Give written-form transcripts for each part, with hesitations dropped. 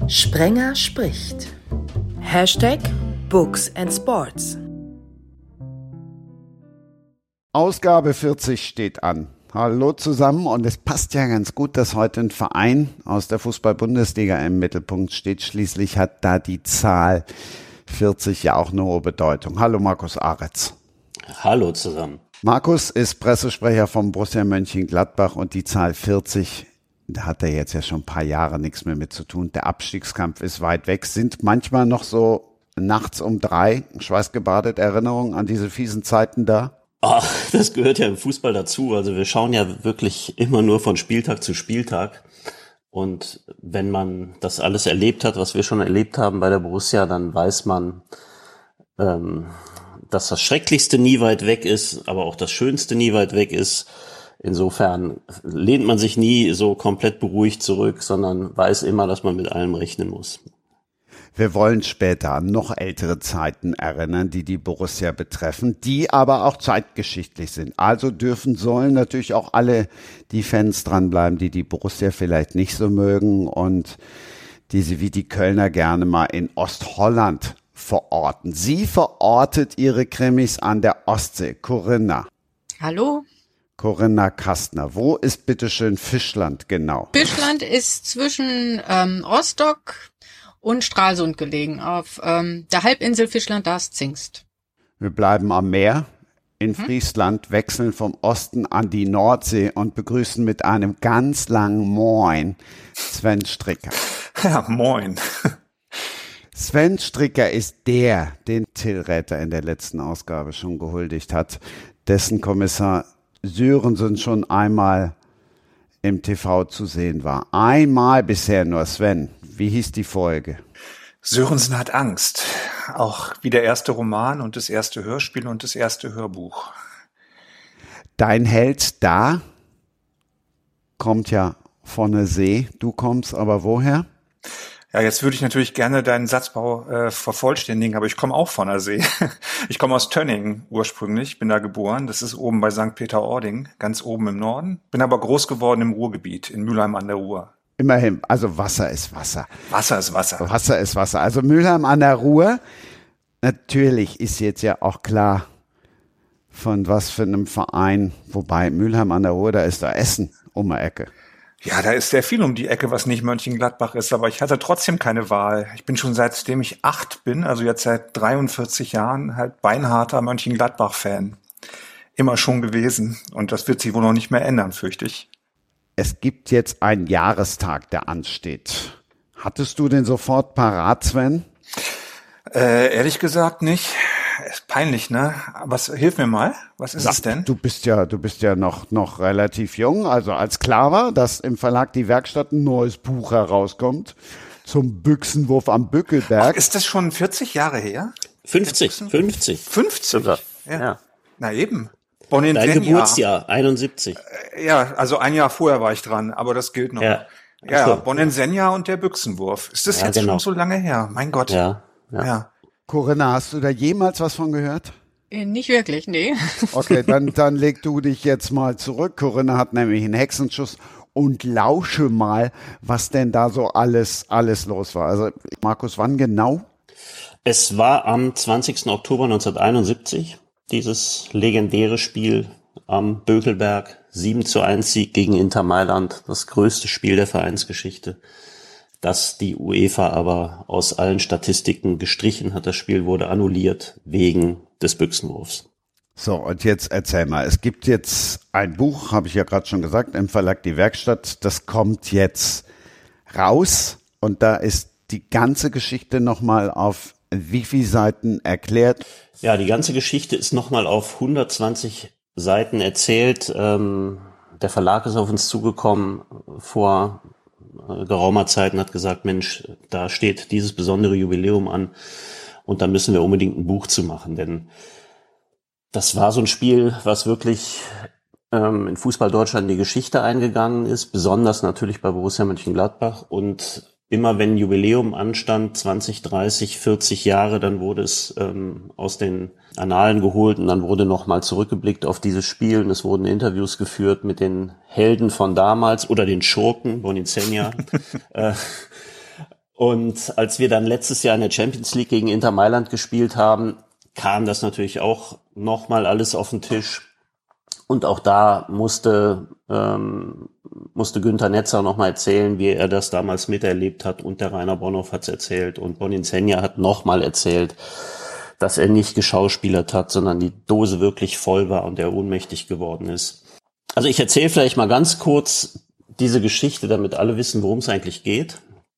Sprenger spricht. Hashtag Books and Sports. Ausgabe 40 steht an. Hallo zusammen, und es passt ja ganz gut, dass heute ein Verein aus der Fußball-Bundesliga im Mittelpunkt steht. Schließlich hat da die Zahl 40 ja auch eine hohe Bedeutung. Hallo Markus Aretz. Hallo zusammen. Markus ist Pressesprecher vom Borussia Mönchengladbach, und die Zahl 40, da hat er jetzt ja schon ein paar Jahre nichts mehr mit zu tun. Der Abstiegskampf ist weit weg. Sind manchmal noch so nachts um 3 schweißgebadet Erinnerungen an diese fiesen Zeiten da? Ach, das gehört ja im Fußball dazu. Also wir schauen ja wirklich immer nur von Spieltag zu Spieltag. Und wenn man das alles erlebt hat, was wir schon erlebt haben bei der Borussia, dann weiß man, dass das Schrecklichste nie weit weg ist, aber auch das Schönste nie weit weg ist. Insofern lehnt man sich nie so komplett beruhigt zurück, sondern weiß immer, dass man mit allem rechnen muss. Wir wollen später an noch ältere Zeiten erinnern, die die Borussia betreffen, die aber auch zeitgeschichtlich sind. Also sollen natürlich auch alle die Fans dranbleiben, die die Borussia vielleicht nicht so mögen und die sie wie die Kölner gerne mal in Ostholland verorten. Sie verortet ihre Krimis an der Ostsee. Corinna. Hallo. Corinna Kastner. Wo ist bitteschön Fischland genau? Fischland ist zwischen Rostock und Stralsund gelegen, auf der Halbinsel Fischland, da ist Zingst. Wir bleiben am Meer in Friesland, wechseln vom Osten an die Nordsee und begrüßen mit einem ganz langen Moin Sven Stricker. Ja, moin. Sven Stricker ist der, den Till Räther in der letzten Ausgabe schon gehuldigt hat, dessen Kommissar Sörensen schon einmal im TV zu sehen war. Einmal bisher nur. Sven, wie hieß die Folge? Sörensen hat Angst. Auch wie der erste Roman und das erste Hörspiel und das erste Hörbuch. Dein Held da kommt ja von der See. Du kommst aber woher? Ja, jetzt würde ich natürlich gerne deinen Satzbau vervollständigen, aber ich komme auch von der See. Ich komme aus Tönningen ursprünglich, bin da geboren. Das ist oben bei St. Peter-Ording, ganz oben im Norden. Bin aber groß geworden im Ruhrgebiet, in Mülheim an der Ruhr. Immerhin, also Wasser ist Wasser. Wasser ist Wasser. Wasser ist Wasser. Also Mülheim an der Ruhr. Natürlich ist jetzt ja auch klar, von was für einem Verein. Wobei Mülheim an der Ruhr, da ist da Essen um die Ecke. Ja, da ist sehr viel um die Ecke, was nicht Mönchengladbach ist, aber ich hatte trotzdem keine Wahl. Ich bin schon seitdem ich 8 bin, also jetzt seit 43 Jahren, halt beinharter Mönchengladbach-Fan. Immer schon gewesen, und das wird sich wohl noch nicht mehr ändern, fürchte ich. Es gibt jetzt einen Jahrestag, der ansteht. Hattest du den sofort parat, Sven? Ehrlich gesagt nicht. Ist peinlich, ne? Hilf mir mal. Was ist es denn? Du bist ja noch relativ jung. Also als klar war, dass im Verlag Die Werkstatt ein neues Buch herauskommt zum Büchsenwurf am Bückelberg. Ach, ist das schon 40 Jahre her? 50. 50? Ja. Na eben. Dein Geburtsjahr, 71. Ja, also ein Jahr vorher war ich dran, aber das gilt noch. Ja, ja, Bonensenja und der Büchsenwurf. Ist das jetzt schon so lange her? Mein Gott. Ja. Corinna, hast du da jemals was von gehört? Nicht wirklich, nee. Okay, dann leg du dich jetzt mal zurück. Corinna hat nämlich einen Hexenschuss, und lausche mal, was denn da so alles los war. Also Markus, wann genau? Es war am 20. Oktober 1971, dieses legendäre Spiel am Bökelberg, 7:1 Sieg gegen Inter Mailand, das größte Spiel der Vereinsgeschichte, das die UEFA aber aus allen Statistiken gestrichen hat. Das Spiel wurde annulliert wegen des Büchsenwurfs. So, und jetzt erzähl mal. Es gibt jetzt ein Buch, habe ich ja gerade schon gesagt, im Verlag Die Werkstatt. Das kommt jetzt raus, und da ist die ganze Geschichte nochmal auf wie viele Seiten erklärt? Ja, die ganze Geschichte ist nochmal auf 120 Seiten erzählt. Der Verlag ist auf uns zugekommen vor geraumer Zeit und hat gesagt, Mensch, da steht dieses besondere Jubiläum an, und da müssen wir unbedingt ein Buch zu machen, denn das war so ein Spiel, was wirklich in Fußball Deutschland in die Geschichte eingegangen ist, besonders natürlich bei Borussia Mönchengladbach, und immer wenn Jubiläum anstand, 20, 30, 40 Jahre, dann wurde es aus den Annalen geholt und dann wurde nochmal zurückgeblickt auf dieses Spiel und es wurden Interviews geführt mit den Helden von damals oder den Schurken, Bonincenia. Und als wir dann letztes Jahr in der Champions League gegen Inter Mailand gespielt haben, kam das natürlich auch nochmal alles auf den Tisch. Und auch da musste Günther Netzer nochmal erzählen, wie er das damals miterlebt hat. Und der Rainer Bonhoff hat es erzählt. Und Boninsegna hat nochmal erzählt, dass er nicht geschauspielert hat, sondern die Dose wirklich voll war und er ohnmächtig geworden ist. Also ich erzähle vielleicht mal ganz kurz diese Geschichte, damit alle wissen, worum es eigentlich geht.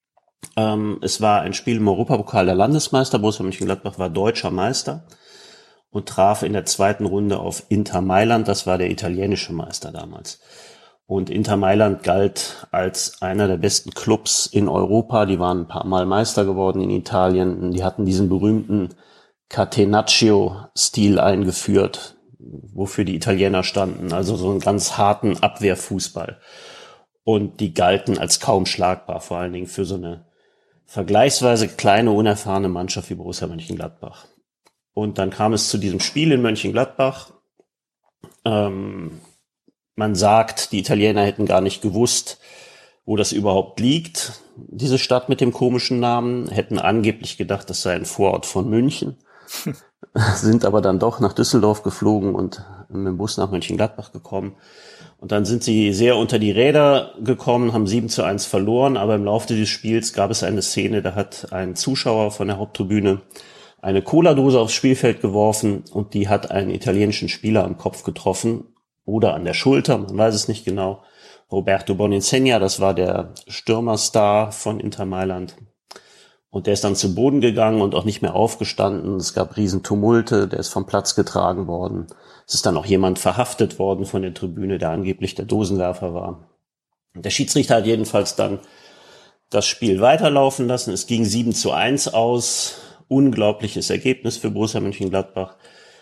Es war ein Spiel im Europapokal der Landesmeister. Borussia Mönchengladbach war deutscher Meister und traf in der zweiten Runde auf Inter Mailand. Das war der italienische Meister damals. Und Inter Mailand galt als einer der besten Clubs in Europa. Die waren ein paar Mal Meister geworden in Italien. Die hatten diesen berühmten Catenaccio-Stil eingeführt, wofür die Italiener standen. Also so einen ganz harten Abwehrfußball. Und die galten als kaum schlagbar, vor allen Dingen für so eine vergleichsweise kleine, unerfahrene Mannschaft wie Borussia Mönchengladbach. Und dann kam es zu diesem Spiel in Mönchengladbach. Man sagt, die Italiener hätten gar nicht gewusst, wo das überhaupt liegt, diese Stadt mit dem komischen Namen, hätten angeblich gedacht, das sei ein Vorort von München, sind aber dann doch nach Düsseldorf geflogen und mit dem Bus nach Mönchengladbach gekommen. Und dann sind sie sehr unter die Räder gekommen, haben 7:1 verloren, aber im Laufe dieses Spiels gab es eine Szene, da hat ein Zuschauer von der Haupttribüne eine Cola-Dose aufs Spielfeld geworfen und die hat einen italienischen Spieler am Kopf getroffen oder an der Schulter, man weiß es nicht genau. Roberto Boninsegna, das war der Stürmerstar von Inter Mailand. Und der ist dann zu Boden gegangen und auch nicht mehr aufgestanden. Es gab Riesentumulte, der ist vom Platz getragen worden. Es ist dann auch jemand verhaftet worden von der Tribüne, der angeblich der Dosenwerfer war. Der Schiedsrichter hat jedenfalls dann das Spiel weiterlaufen lassen. Es ging 7:1 aus. Unglaubliches Ergebnis für Borussia Mönchengladbach.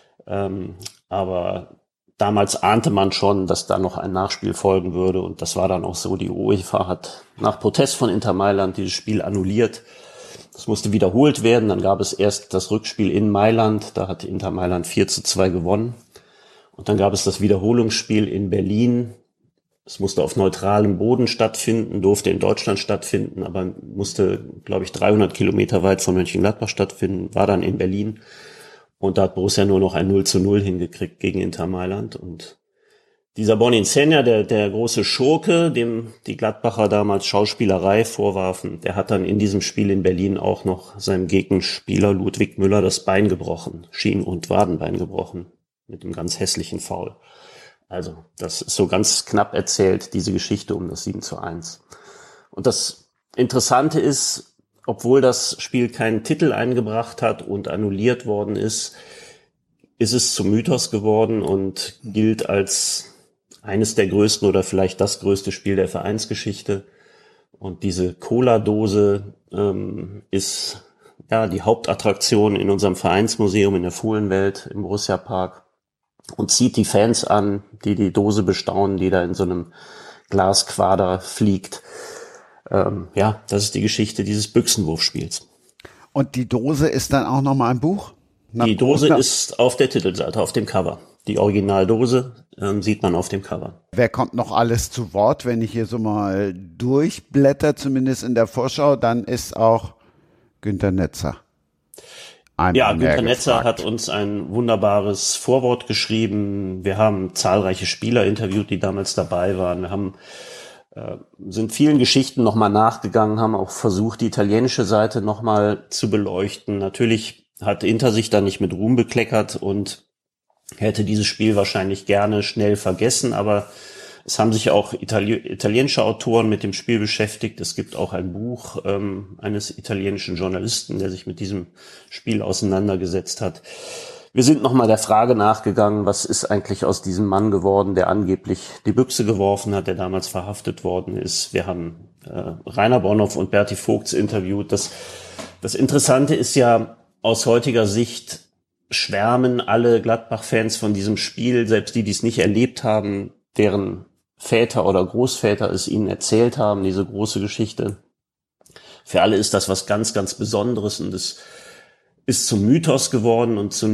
Aber damals ahnte man schon, dass da noch ein Nachspiel folgen würde. Und das war dann auch so. Die UEFA hat nach Protest von Inter Mailand dieses Spiel annulliert. Das musste wiederholt werden. Dann gab es erst das Rückspiel in Mailand. Da hat Inter Mailand 4:2 gewonnen. Und dann gab es das Wiederholungsspiel in Berlin. Es musste auf neutralem Boden stattfinden, durfte in Deutschland stattfinden, aber musste, glaube ich, 300 Kilometer weit von Mönchengladbach stattfinden, war dann in Berlin. Und da hat Borussia nur noch ein 0:0 hingekriegt gegen Inter Mailand. Und dieser Boninsegna, der große Schurke, dem die Gladbacher damals Schauspielerei vorwarfen, der hat dann in diesem Spiel in Berlin auch noch seinem Gegenspieler Ludwig Müller das Bein gebrochen, Schien- und Wadenbein gebrochen, mit einem ganz hässlichen Foul. Also das ist so ganz knapp erzählt, diese Geschichte um das 7:1. Und das Interessante ist, obwohl das Spiel keinen Titel eingebracht hat und annulliert worden ist es zum Mythos geworden und gilt als eines der größten oder vielleicht das größte Spiel der Vereinsgeschichte. Und diese Cola-Dose ist ja die Hauptattraktion in unserem Vereinsmuseum in der Fohlenwelt im Borussia Park und zieht die Fans an, die die Dose bestaunen, die da in so einem Glasquader fliegt. Ja, das ist die Geschichte dieses Büchsenwurfspiels. Und die Dose ist dann auch nochmal ein Buch? Die Dose ist auf der Titelseite, auf dem Cover. Die Originaldose sieht man auf dem Cover. Wer kommt noch alles zu Wort? Wenn ich hier so mal durchblätter, zumindest in der Vorschau, dann ist auch Günther Netzer. Ja, Günther Netzer hat uns ein wunderbares Vorwort geschrieben. Wir haben zahlreiche Spieler interviewt, die damals dabei waren. Wir sind vielen Geschichten nochmal nachgegangen, haben auch versucht, die italienische Seite nochmal zu beleuchten. Natürlich hat Inter sich da nicht mit Ruhm bekleckert und hätte dieses Spiel wahrscheinlich gerne schnell vergessen, aber es haben sich auch italienische Autoren mit dem Spiel beschäftigt. Es gibt auch ein Buch eines italienischen Journalisten, der sich mit diesem Spiel auseinandergesetzt hat. Wir sind nochmal der Frage nachgegangen, was ist eigentlich aus diesem Mann geworden, der angeblich die Büchse geworfen hat, der damals verhaftet worden ist. Wir haben Rainer Bonhoff und Berti Vogts interviewt. Das Interessante ist ja, aus heutiger Sicht schwärmen alle Gladbach-Fans von diesem Spiel, selbst die es nicht erlebt haben, deren Väter oder Großväter es ihnen erzählt haben, diese große Geschichte. Für alle ist das was ganz, ganz Besonderes und es ist zum Mythos geworden und zu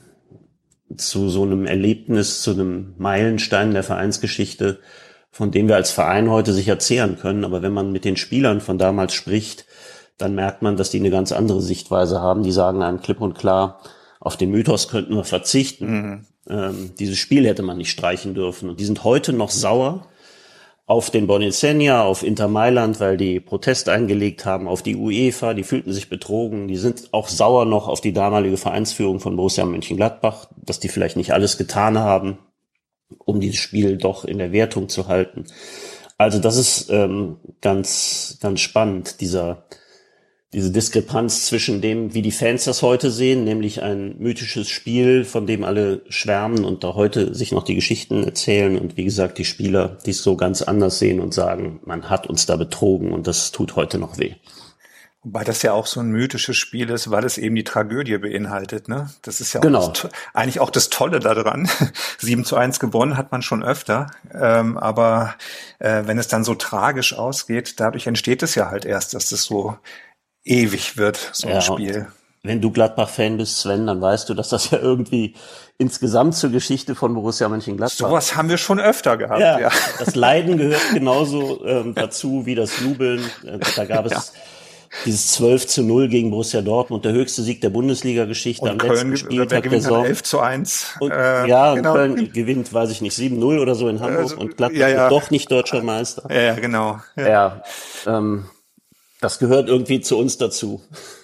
so einem Erlebnis, zu einem Meilenstein der Vereinsgeschichte, von dem wir als Verein heute sicher zehren können. Aber wenn man mit den Spielern von damals spricht, dann merkt man, dass die eine ganz andere Sichtweise haben. Die sagen einem klipp und klar, auf den Mythos könnten wir verzichten. Dieses Spiel hätte man nicht streichen dürfen. Und die sind heute noch sauer auf den Boninsegna, auf Inter Mailand, weil die Protest eingelegt haben, auf die UEFA, die fühlten sich betrogen. Die sind auch sauer noch auf die damalige Vereinsführung von Borussia Mönchengladbach, dass die vielleicht nicht alles getan haben, um dieses Spiel doch in der Wertung zu halten. Also das ist ganz, ganz spannend, diese Diskrepanz zwischen dem, wie die Fans das heute sehen, nämlich ein mythisches Spiel, von dem alle schwärmen und da heute sich noch die Geschichten erzählen und wie gesagt die Spieler, die es so ganz anders sehen und sagen, man hat uns da betrogen und das tut heute noch weh. Wobei das ja auch so ein mythisches Spiel ist, weil es eben die Tragödie beinhaltet, ne? Das ist ja Genau. auch eigentlich auch das Tolle daran. 7:1 gewonnen hat man schon öfter, aber wenn es dann so tragisch ausgeht, dadurch entsteht es ja halt erst, dass das so ewig wird, so ein Spiel. Wenn du Gladbach-Fan bist, Sven, dann weißt du, dass das ja irgendwie insgesamt zur Geschichte von Borussia Mönchengladbach. Sowas haben wir schon öfter gehabt, ja. Das Leiden gehört genauso dazu wie das Jubeln. Da gab es dieses 12:0 gegen Borussia Dortmund, der höchste Sieg der Bundesliga-Geschichte am letzten Spieltag der Saison. 11:1. Und, genau. Köln gewinnt, weiß ich nicht, 7:0 oder so in Hamburg und Gladbach wird doch nicht deutscher Meister. Ja, genau. Das gehört irgendwie zu uns dazu.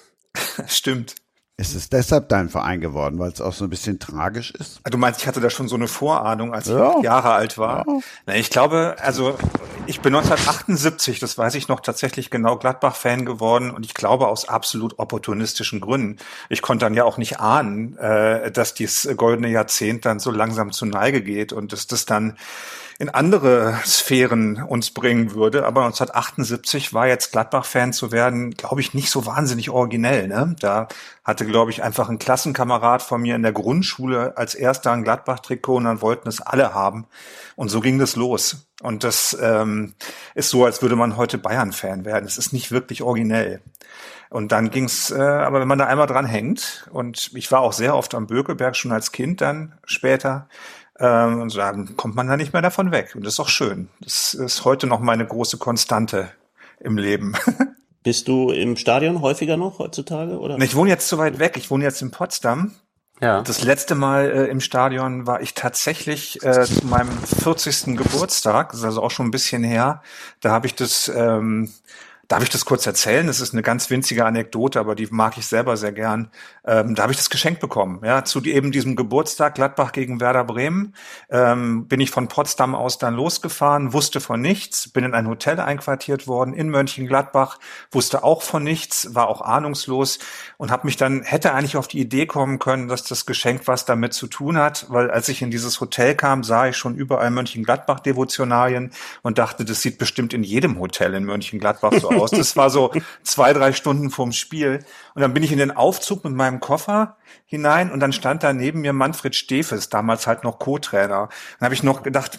Stimmt. Ist es deshalb dein Verein geworden, weil es auch so ein bisschen tragisch ist? Du meinst, ich hatte da schon so eine Vorahnung, als ich 8 Jahre alt war? Ja. Na, ich glaube, also ich bin 1978, das weiß ich noch, tatsächlich genau Gladbach-Fan geworden und ich glaube aus absolut opportunistischen Gründen. Ich konnte dann ja auch nicht ahnen, dass dieses goldene Jahrzehnt dann so langsam zur Neige geht und dass das dann in andere Sphären uns bringen würde. Aber 1978 war jetzt Gladbach-Fan zu werden, glaube ich, nicht so wahnsinnig originell. Ne? Da hatte, glaube ich, einfach ein Klassenkamerad von mir in der Grundschule als erster ein Gladbach-Trikot und dann wollten es alle haben. Und so ging das los. Und das ist so, als würde man heute Bayern-Fan werden. Es ist nicht wirklich originell. Und dann ging's, aber wenn man da einmal dran hängt, und ich war auch sehr oft am Bökelberg, schon als Kind dann später, und dann kommt man da nicht mehr davon weg. Und das ist auch schön. Das ist heute noch meine große Konstante im Leben. Bist du im Stadion häufiger noch heutzutage, oder? Ich wohne jetzt zu weit weg. Ich wohne jetzt in Potsdam. Ja. Das letzte Mal im Stadion war ich tatsächlich zu meinem 40. Geburtstag. Das ist also auch schon ein bisschen her. Da habe ich das... Darf ich das kurz erzählen? Das ist eine ganz winzige Anekdote, aber die mag ich selber sehr gern. Da habe ich das geschenkt bekommen. Ja, zu eben diesem Geburtstag Gladbach gegen Werder Bremen bin ich von Potsdam aus dann losgefahren, wusste von nichts, bin in ein Hotel einquartiert worden in Mönchengladbach, wusste auch von nichts, war auch ahnungslos und habe mich dann, hätte eigentlich auf die Idee kommen können, dass das Geschenk was damit zu tun hat, weil als ich in dieses Hotel kam, sah ich schon überall Mönchengladbach-Devotionalien und dachte, das sieht bestimmt in jedem Hotel in Mönchengladbach so aus. Das war so 2-3 Stunden vorm Spiel. Und dann bin ich in den Aufzug mit meinem Koffer hinein und dann stand da neben mir Manfred Stefes, damals halt noch Co-Trainer. Dann habe ich noch gedacht,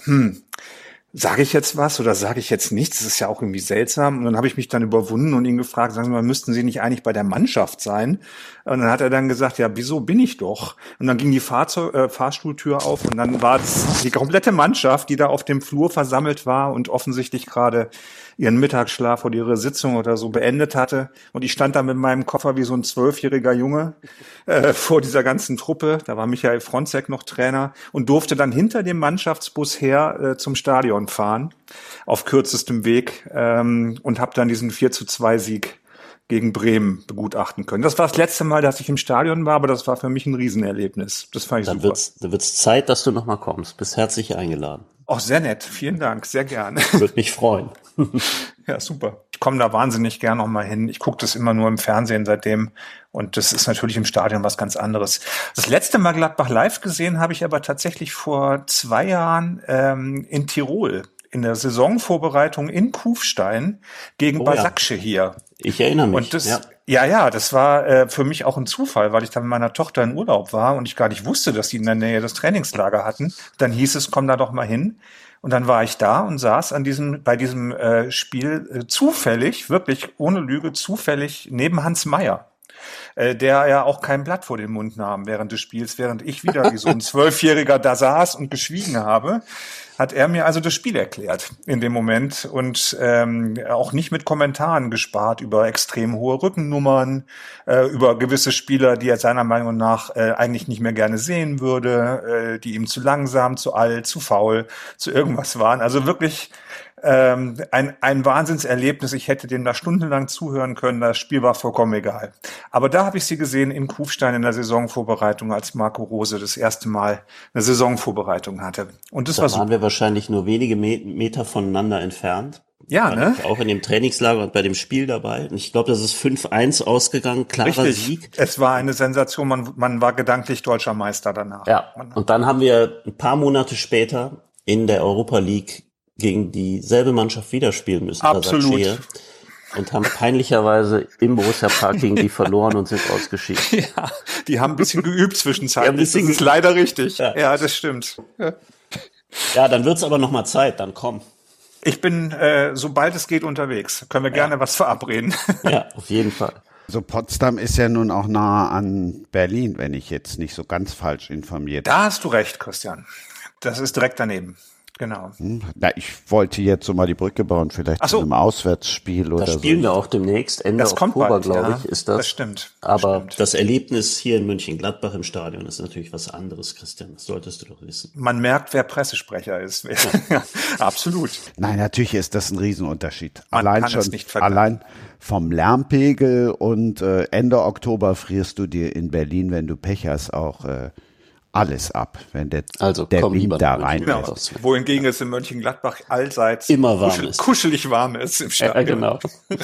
sage ich jetzt was oder sage ich jetzt nichts? Das ist ja auch irgendwie seltsam. Und dann habe ich mich dann überwunden und ihn gefragt, sagen Sie mal, müssten Sie nicht eigentlich bei der Mannschaft sein? Und dann hat er dann gesagt, ja, wieso bin ich doch? Und dann ging die Fahrstuhltür auf und dann war es die komplette Mannschaft, die da auf dem Flur versammelt war und offensichtlich gerade ihren Mittagsschlaf oder ihre Sitzung oder so beendet hatte. Und ich stand da mit meinem Koffer wie so ein 12-jähriger Junge vor dieser ganzen Truppe. Da war Michael Fronzek noch Trainer und durfte dann hinter dem Mannschaftsbus her zum Stadion fahren, auf kürzestem Weg und habe dann diesen 4:2 Sieg gegen Bremen begutachten können. Das war das letzte Mal, dass ich im Stadion war, aber das war für mich ein Riesenerlebnis. Das fand ich super. Dann wird's Zeit, dass du nochmal kommst. Bist herzlich eingeladen. Auch sehr nett. Vielen Dank. Sehr gern. Würde mich freuen. Ja, super. Ich komme da wahnsinnig gern nochmal hin. Ich gucke das immer nur im Fernsehen seitdem und das ist natürlich im Stadion was ganz anderes. Das letzte Mal Gladbach live gesehen habe ich aber tatsächlich vor 2 Jahren in Tirol. In der Saisonvorbereitung in Kufstein gegen Basakce hier. Ich erinnere mich. Und das, das war für mich auch ein Zufall, weil ich dann mit meiner Tochter in Urlaub war und ich gar nicht wusste, dass die in der Nähe das Trainingslager hatten. Dann hieß es, komm da doch mal hin. Und dann war ich da und saß bei diesem Spiel zufällig, wirklich ohne Lüge, zufällig neben Hans Meyer. der ja auch kein Blatt vor den Mund nahm während des Spiels, während ich wieder wie so ein Zwölfjähriger da saß und geschwiegen habe, hat er mir also das Spiel erklärt in dem Moment und auch nicht mit Kommentaren gespart über extrem hohe Rückennummern, über gewisse Spieler, die er seiner Meinung nach eigentlich nicht mehr gerne sehen würde, die ihm zu langsam, zu alt, zu faul, zu irgendwas waren. Also wirklich ein Wahnsinnserlebnis. Ich hätte denen da stundenlang zuhören können. Das Spiel war vollkommen egal. Aber da habe ich sie gesehen in Kufstein in der Saisonvorbereitung, als Marco Rose das erste Mal eine Saisonvorbereitung hatte. Und das da war super. waren wir wahrscheinlich nur wenige Meter voneinander entfernt. Ja, ne? Auch in dem Trainingslager und bei dem Spiel dabei. Und ich glaube, das ist 5-1 ausgegangen. Klarer Richtig. Sieg. Es war eine Sensation. Man war gedanklich deutscher Meister danach. Ja. Und dann haben wir ein paar Monate später in der Europa League gegen dieselbe Mannschaft wieder spielen müssen. Absolut. Und haben peinlicherweise im Borussia Park gegen die verloren und sind ausgeschieden. Ja, die haben ein bisschen geübt zwischenzeitlich. Das ist leider richtig. Ja, das stimmt. Ja, dann wird's aber noch mal Zeit, dann komm. Ich bin, sobald es geht, unterwegs. Können wir gerne was verabreden. Ja, auf jeden Fall. Also Potsdam ist ja nun auch nah an Berlin, wenn ich jetzt nicht so ganz falsch informiert bin. Da hast du recht, Christian. Das ist direkt daneben. Genau. Na, ich wollte jetzt so mal die Brücke bauen, vielleicht zu einem Auswärtsspiel oder so. Das spielen wir auch demnächst, Ende Oktober, glaube ich, ist das. Das stimmt. Aber das Erlebnis hier in Mönchengladbach im Stadion ist natürlich was anderes, Christian. Das solltest du doch wissen. Man merkt, wer Pressesprecher ist. Ja. Absolut. Nein, natürlich ist das ein Riesenunterschied. Man Allein kann schon, es nicht vergleichen. allein vom Lärmpegel und Ende Oktober frierst du dir in Berlin, wenn du Pech hast, auch alles ab, wenn der Wind da rein genau. Wohingegen es in Mönchengladbach allseits immer warm ist. Kuschelig warm ist im Stadion. Genau.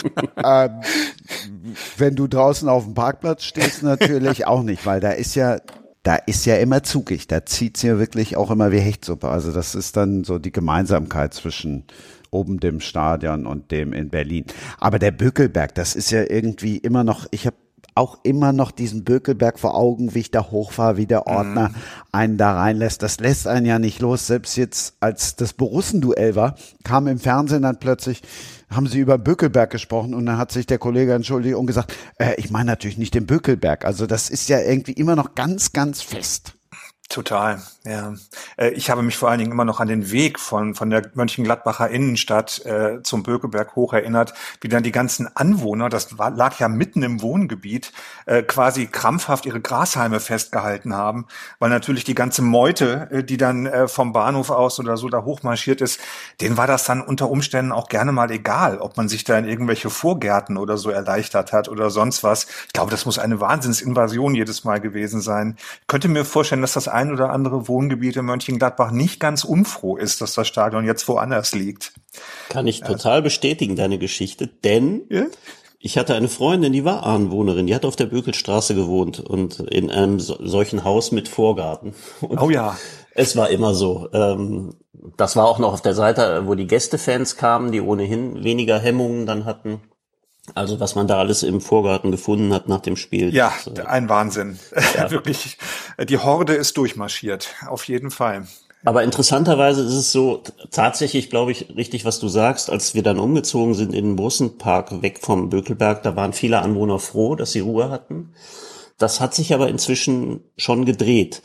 Wenn du draußen auf dem Parkplatz stehst, natürlich auch nicht, weil da ist ja immer zugig, da zieht's ja wirklich auch immer wie Hechtsuppe. Also das ist dann so die Gemeinsamkeit zwischen oben dem Stadion und dem in Berlin. Aber der Bökelberg, das ist ja irgendwie immer noch, ich habe auch immer noch diesen Bökelberg vor Augen, wie ich da hochfahre, wie der Ordner einen da reinlässt. Das lässt einen ja nicht los. Selbst jetzt, als das Borussenduell war, kam im Fernsehen dann plötzlich, haben sie über Bökelberg gesprochen und dann hat sich der Kollege entschuldigt und gesagt, ich meine natürlich nicht den Bökelberg. Also das ist ja irgendwie immer noch ganz, ganz fest. Total, ja. Ich habe mich vor allen Dingen immer noch an den Weg von der Mönchengladbacher Innenstadt zum Bökelberg hoch erinnert, wie dann die ganzen Anwohner, lag ja mitten im Wohngebiet, quasi krampfhaft ihre Grashalme festgehalten haben, weil natürlich die ganze Meute, die dann vom Bahnhof aus oder so da hochmarschiert ist, denen war das dann unter Umständen auch gerne mal egal, ob man sich da in irgendwelche Vorgärten oder so erleichtert hat oder sonst was. Ich glaube, das muss eine Wahnsinnsinvasion jedes Mal gewesen sein. Ich könnte mir vorstellen, dass das ein oder andere Wohngebiet in Mönchengladbach nicht ganz unfroh ist, dass das Stadion jetzt woanders liegt. Kann ich total bestätigen, deine Geschichte, denn ich hatte eine Freundin, die war Anwohnerin, die hat auf der Bökelstraße gewohnt und in einem solchen Haus mit Vorgarten. Und oh ja. Es war immer so. Das war auch noch auf der Seite, wo die Gästefans kamen, die ohnehin weniger Hemmungen dann hatten. Also was man da alles im Vorgarten gefunden hat nach dem Spiel. Ja, ein Wahnsinn. Ja. Wirklich, die Horde ist durchmarschiert, auf jeden Fall. Aber interessanterweise ist es so, tatsächlich glaube ich richtig, was du sagst, als wir dann umgezogen sind in den Borussenpark weg vom Bökelberg, da waren viele Anwohner froh, dass sie Ruhe hatten. Das hat sich aber inzwischen schon gedreht.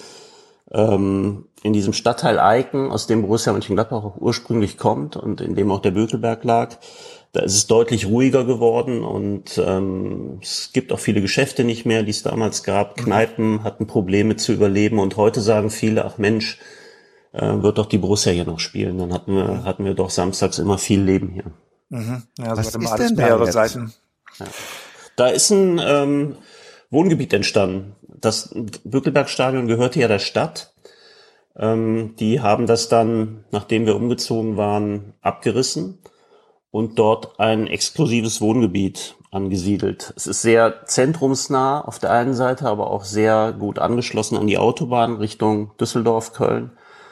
In diesem Stadtteil Eiken, aus dem Borussia Mönchengladbach auch ursprünglich kommt und in dem auch der Bökelberg lag, da ist es deutlich ruhiger geworden und es gibt auch viele Geschäfte nicht mehr, die es damals gab. Kneipen hatten Probleme zu überleben und heute sagen viele, ach Mensch, wird doch die Borussia hier noch spielen. Dann hatten wir doch samstags immer viel Leben hier. Mhm. Ja, was so ist alles denn mehrere da Seiten. Ja. Da ist ein Wohngebiet entstanden. Das Bökelbergstadion gehörte ja der Stadt. Die haben das dann, nachdem wir umgezogen waren, abgerissen und dort ein exklusives Wohngebiet angesiedelt. Es ist sehr zentrumsnah auf der einen Seite, aber auch sehr gut angeschlossen an die Autobahn Richtung Düsseldorf, Köln.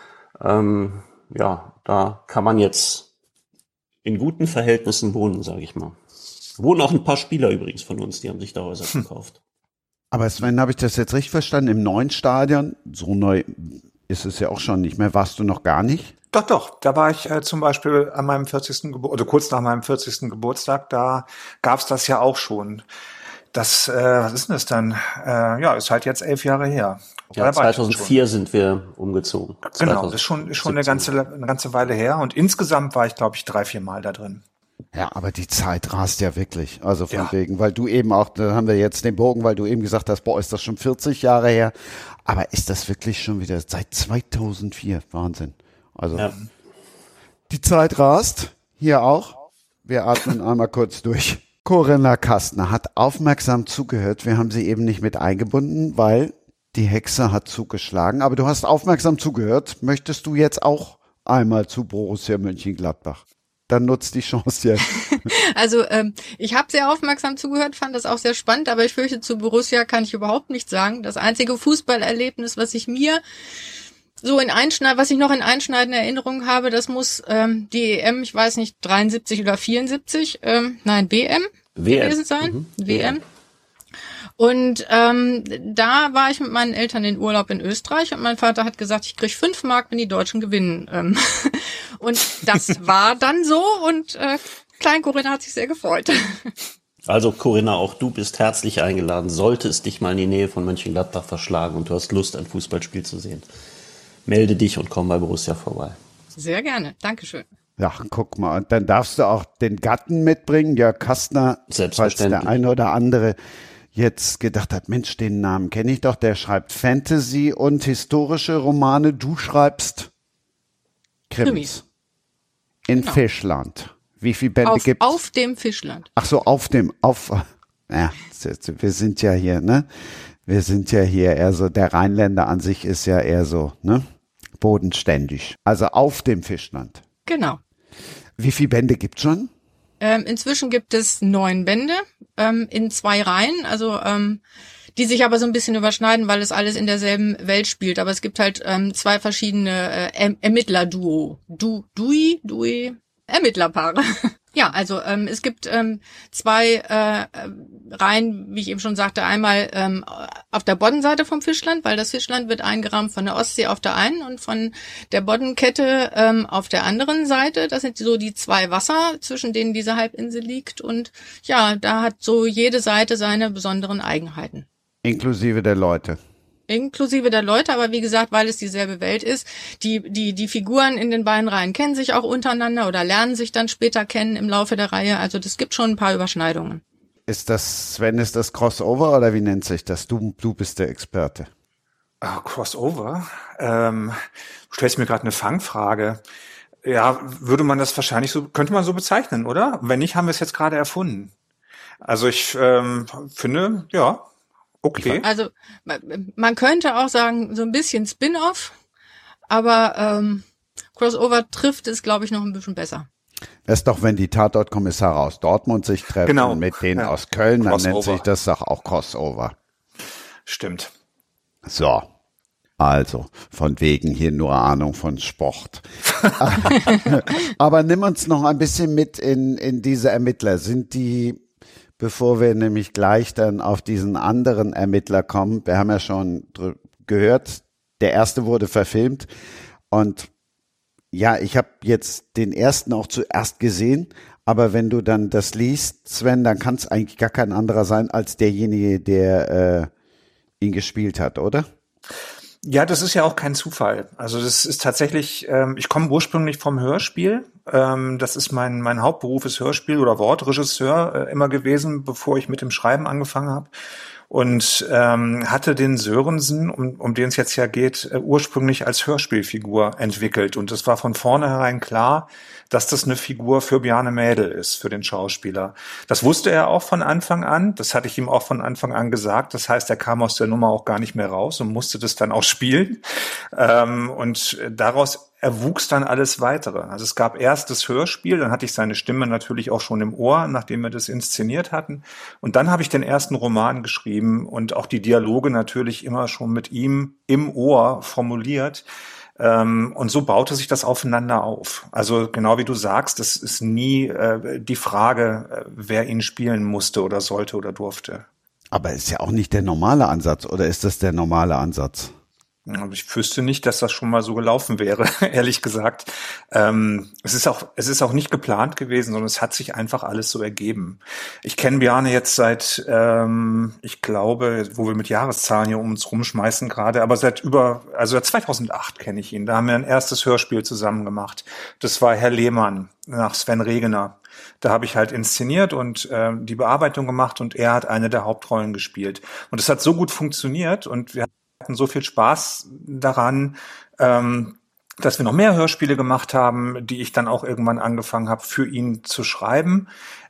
Ja, da kann man jetzt in guten Verhältnissen wohnen, sage ich mal. Wohnen auch ein paar Spieler übrigens von uns, die haben sich da Häuser gekauft. Aber Sven, habe ich das jetzt richtig verstanden? Im neuen Stadion, so neu ist es ja auch schon nicht mehr, warst du noch gar nicht? Doch, da war ich zum Beispiel an meinem 40. Geburtstag, oder kurz nach meinem 40. Geburtstag, da gab's das ja auch schon. was ist denn das dann? Ist halt jetzt 11 Jahre her. Ja, 2004 sind wir umgezogen. Genau, das ist schon eine ganze Weile her. Und insgesamt war ich, glaube ich, 3-4 Mal da drin. Ja, aber die Zeit rast ja wirklich. Also von wegen, weil du eben auch, da haben wir jetzt den Bogen, weil du eben gesagt hast, boah, ist das schon 40 Jahre her. Aber ist das wirklich schon wieder seit 2004? Wahnsinn. Also die Zeit rast. Hier auch. Wir atmen einmal kurz durch. Corinna Kastner hat aufmerksam zugehört. Wir haben sie eben nicht mit eingebunden, weil die Hexe hat zugeschlagen. Aber du hast aufmerksam zugehört. Möchtest du jetzt auch einmal zu Borussia Mönchengladbach? Dann nutzt die Chance jetzt. Also ich habe sehr aufmerksam zugehört, fand das auch sehr spannend, aber ich fürchte, zu Borussia kann ich überhaupt nichts sagen. Das einzige Fußballerlebnis, was ich mir so was ich noch in einschneidender Erinnerung habe, das muss die EM, ich weiß nicht, 73 oder 74, WM gewesen sein. WM. Und da war ich mit meinen Eltern in Urlaub in Österreich und mein Vater hat gesagt, ich krieg 5 Mark, wenn die Deutschen gewinnen. Und das war dann so und Klein Corinna hat sich sehr gefreut. Also Corinna, auch du bist herzlich eingeladen, sollte es dich mal in die Nähe von Mönchengladbach verschlagen und du hast Lust, ein Fußballspiel zu sehen. Melde dich und komm bei Borussia vorbei. Sehr gerne, Dankeschön. Ja, guck mal, und dann darfst du auch den Gatten mitbringen, Jörg Kastner, falls der eine oder andere jetzt gedacht hat, Mensch, den Namen kenne ich doch, der schreibt Fantasy und historische Romane, du schreibst Krimis. In Fischland. Wie viele Bände gibt's? Auf dem Fischland. Ach so, wir sind ja hier, ne? Wir sind ja hier eher so, der Rheinländer an sich ist ja eher so, ne? Bodenständig. Also auf dem Fischland. Genau. Wie viele Bände gibt's schon? Inzwischen gibt es 9 Bände in 2 Reihen, also die sich aber so ein bisschen überschneiden, weil es alles in derselben Welt spielt. Aber es gibt halt 2 verschiedene Ermittlerpaare. Ja, also es gibt 2 Reihen, wie ich eben schon sagte, einmal auf der Boddenseite vom Fischland, weil das Fischland wird eingerahmt von der Ostsee auf der einen und von der Boddenkette auf der anderen Seite. Das sind so die 2 Wasser, zwischen denen diese Halbinsel liegt. Und ja, da hat so jede Seite seine besonderen Eigenheiten. Inklusive der Leute. Inklusive der Leute, aber wie gesagt, weil es dieselbe Welt ist, die Figuren in den beiden Reihen kennen sich auch untereinander oder lernen sich dann später kennen im Laufe der Reihe. Also das gibt schon ein paar Überschneidungen. Ist das Crossover oder wie nennt sich das? Du bist der Experte. Crossover? Du stellst mir gerade eine Fangfrage. Ja, würde man das wahrscheinlich so, könnte man so bezeichnen, oder? Wenn nicht, haben wir es jetzt gerade erfunden. Also ich finde, ja, okay. Also man könnte auch sagen, so ein bisschen Spin-off, aber Crossover trifft es, glaube ich, noch ein bisschen besser. Das ist doch, wenn die Tatortkommissare aus Dortmund sich treffen mit denen aus Köln, dann nennt sich das doch auch Crossover. Stimmt. So, also von wegen hier nur Ahnung von Sport. Aber nimm uns noch ein bisschen mit in diese Ermittler. Sind die, bevor wir nämlich gleich dann auf diesen anderen Ermittler kommen, wir haben ja schon gehört, der erste wurde verfilmt und ja, ich habe jetzt den ersten auch zuerst gesehen, aber wenn du dann das liest, Sven, dann kann es eigentlich gar kein anderer sein als derjenige, der ihn gespielt hat, oder? Ja, das ist ja auch kein Zufall. Also das ist tatsächlich, ich komme ursprünglich vom Hörspiel. Das ist mein Hauptberuf ist Hörspiel oder Wortregisseur immer gewesen, bevor ich mit dem Schreiben angefangen habe. Und hatte den Sörensen, um den es jetzt ja geht, ursprünglich als Hörspielfigur entwickelt. Und es war von vornherein klar, dass das eine Figur für Bjarne Mädel ist, für den Schauspieler. Das wusste er auch von Anfang an. Das hatte ich ihm auch von Anfang an gesagt. Das heißt, er kam aus der Nummer auch gar nicht mehr raus und musste das dann auch spielen. Und daraus erwuchs dann alles Weitere. Also es gab erst das Hörspiel, dann hatte ich seine Stimme natürlich auch schon im Ohr, nachdem wir das inszeniert hatten. Und dann habe ich den ersten Roman geschrieben und auch die Dialoge natürlich immer schon mit ihm im Ohr formuliert. Und so baute sich das aufeinander auf. Also genau wie du sagst, es ist nie die Frage, wer ihn spielen musste oder sollte oder durfte. Aber ist ja auch nicht der normale Ansatz, oder ist das der normale Ansatz? Also ich wüsste nicht, dass das schon mal so gelaufen wäre, ehrlich gesagt. Es ist auch nicht geplant gewesen, sondern es hat sich einfach alles so ergeben. Ich kenne Bjarne jetzt seit, ich glaube, wo wir mit Jahreszahlen hier um uns rumschmeißen gerade, aber seit 2008 kenne ich ihn. Da haben wir ein erstes Hörspiel zusammen gemacht. Das war Herr Lehmann nach Sven Regener. Da habe ich halt inszeniert und die Bearbeitung gemacht und er hat eine der Hauptrollen gespielt. Und es hat so gut funktioniert und wir hatten so viel Spaß daran, dass wir noch mehr Hörspiele gemacht haben, die ich dann auch irgendwann angefangen habe, für ihn zu schreiben.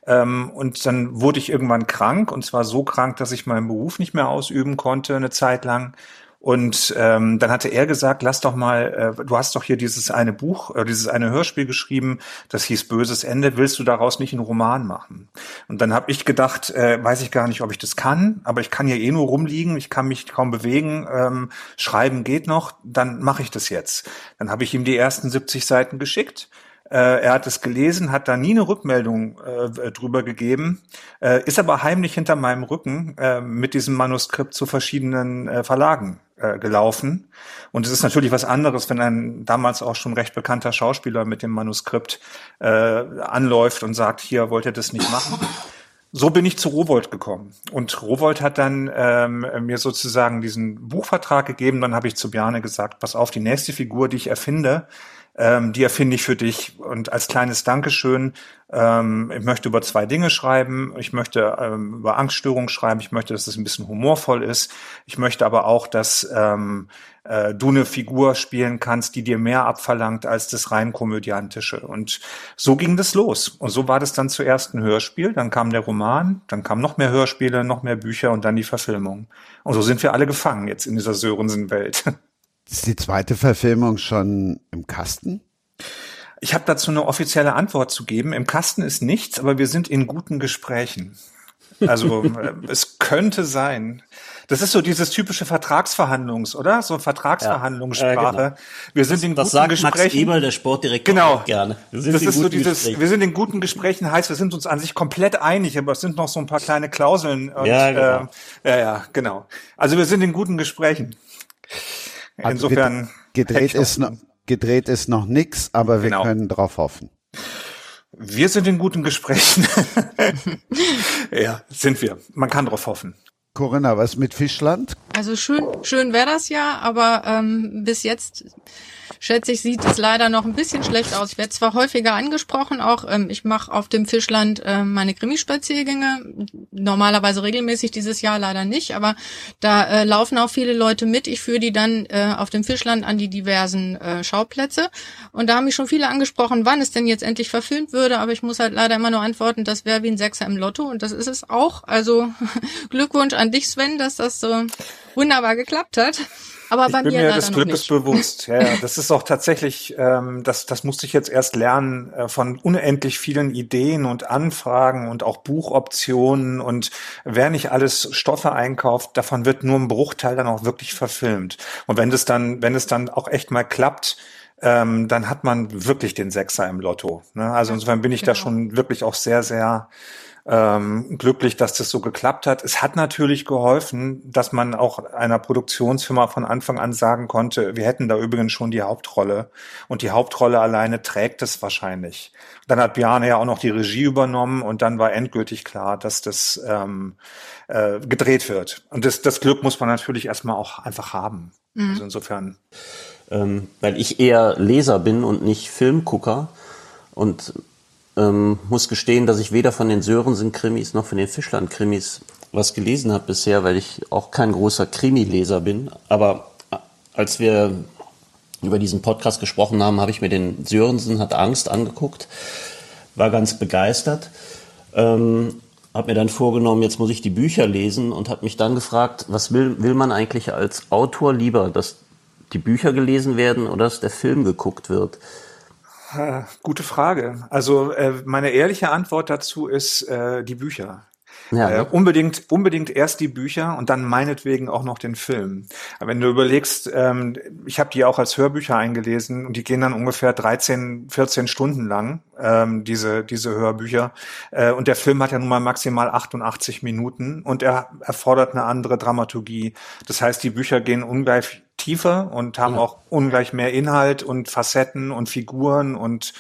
Und dann wurde ich irgendwann krank, und zwar so krank, dass ich meinen Beruf nicht mehr ausüben konnte eine Zeit lang. Und dann hatte er gesagt, lass doch mal, du hast doch hier dieses eine Buch, dieses eine Hörspiel geschrieben, das hieß Böses Ende, willst du daraus nicht einen Roman machen? Und dann habe ich gedacht, weiß ich gar nicht, ob ich das kann, aber ich kann hier eh nur rumliegen, ich kann mich kaum bewegen, schreiben geht noch, dann mache ich das jetzt. Dann habe ich ihm die ersten 70 Seiten geschickt. Er hat es gelesen, hat da nie eine Rückmeldung drüber gegeben, ist aber heimlich hinter meinem Rücken mit diesem Manuskript zu verschiedenen Verlagen gelaufen. Und es ist natürlich was anderes, wenn ein damals auch schon recht bekannter Schauspieler mit dem Manuskript anläuft und sagt, hier, wollt ihr das nicht machen? So bin ich zu Rowohlt gekommen. Und Rowohlt hat dann mir sozusagen diesen Buchvertrag gegeben. Dann habe ich zu Bjarne gesagt, pass auf, die nächste Figur, die ich erfinde, die erfinde ich für dich. Und als kleines Dankeschön, ich möchte über 2 Dinge schreiben. Ich möchte über Angststörungen schreiben. Ich möchte, dass es ein bisschen humorvoll ist. Ich möchte aber auch, dass du eine Figur spielen kannst, die dir mehr abverlangt als das rein komödiantische. Und so ging das los. Und so war das dann zuerst ein Hörspiel, dann kam der Roman, dann kamen noch mehr Hörspiele, noch mehr Bücher und dann die Verfilmung. Und so sind wir alle gefangen jetzt in dieser Sörensen-Welt. Ist die zweite Verfilmung schon im Kasten? Ich habe dazu eine offizielle Antwort zu geben. Im Kasten ist nichts, aber wir sind in guten Gesprächen. Also es könnte sein. Das ist so dieses typische oder? So Vertragsverhandlungssprache. Ja, genau. Wir sind in das guten sagt Gesprächen. Max Eberl, der Sportdirektor, Genau. auch gerne. Wir sind in guten Gesprächen, heißt, wir sind uns an sich komplett einig, aber es sind noch so ein paar kleine Klauseln. Und, genau. Genau. Also wir sind in guten Gesprächen. Insofern. Gedreht ist noch nix, aber wir können drauf hoffen. Wir sind in guten Gesprächen. Ja, sind wir. Man kann drauf hoffen. Corinna, was mit Fischland? Also schön wäre das ja, aber bis jetzt, schätze ich, sieht es leider noch ein bisschen schlecht aus. Ich werde zwar häufiger angesprochen, auch ich mache auf dem Fischland meine Krimispaziergänge, normalerweise regelmäßig, dieses Jahr leider nicht, aber da laufen auch viele Leute mit. Ich führe die dann auf dem Fischland an die diversen Schauplätze, und da haben mich schon viele angesprochen, wann es denn jetzt endlich verfilmt würde, aber ich muss halt leider immer nur antworten, das wäre wie ein Sechser im Lotto, und das ist es auch. Also Glückwunsch an dich, Sven, dass das so wunderbar geklappt hat. Aber bei mir leider noch nicht. Ich bin mir des Glückes bewusst. Ja, das ist auch tatsächlich, das musste ich jetzt erst lernen, von unendlich vielen Ideen und Anfragen und auch Buchoptionen, und wer nicht alles Stoffe einkauft, davon wird nur ein Bruchteil dann auch wirklich verfilmt. Und wenn es dann auch echt mal klappt, dann hat man wirklich den Sechser im Lotto. Ne? Also insofern bin ich da schon wirklich auch sehr, sehr glücklich, dass das so geklappt hat. Es hat natürlich geholfen, dass man auch einer Produktionsfirma von Anfang an sagen konnte, wir hätten da übrigens schon die Hauptrolle, und die Hauptrolle alleine trägt es wahrscheinlich. Dann hat Bjarne ja auch noch die Regie übernommen, und dann war endgültig klar, dass das gedreht wird. Und das Glück muss man natürlich erstmal auch einfach haben. Also insofern. Weil ich eher Leser bin und nicht Filmgucker, und muss gestehen, dass ich weder von den Sörensen-Krimis noch von den Fischland-Krimis was gelesen habe bisher, weil ich auch kein großer Krimi-Leser bin. Aber als wir über diesen Podcast gesprochen haben, habe ich mir den Sörensen hat Angst angeguckt, war ganz begeistert, habe mir dann vorgenommen, jetzt muss ich die Bücher lesen, und habe mich dann gefragt, was will man eigentlich als Autor lieber, dass die Bücher gelesen werden oder dass der Film geguckt wird? Gute Frage. Also meine ehrliche Antwort dazu ist die Bücher. Ja, ne? Unbedingt erst die Bücher und dann meinetwegen auch noch den Film. Aber wenn du überlegst, ich habe die auch als Hörbücher eingelesen, und die gehen dann ungefähr 13, 14 Stunden lang, diese Hörbücher. Und der Film hat ja nun mal maximal 88 Minuten, und er erfordert eine andere Dramaturgie. Das heißt, die Bücher gehen ungleich Tiefe und haben auch ungleich mehr Inhalt und Facetten und Figuren und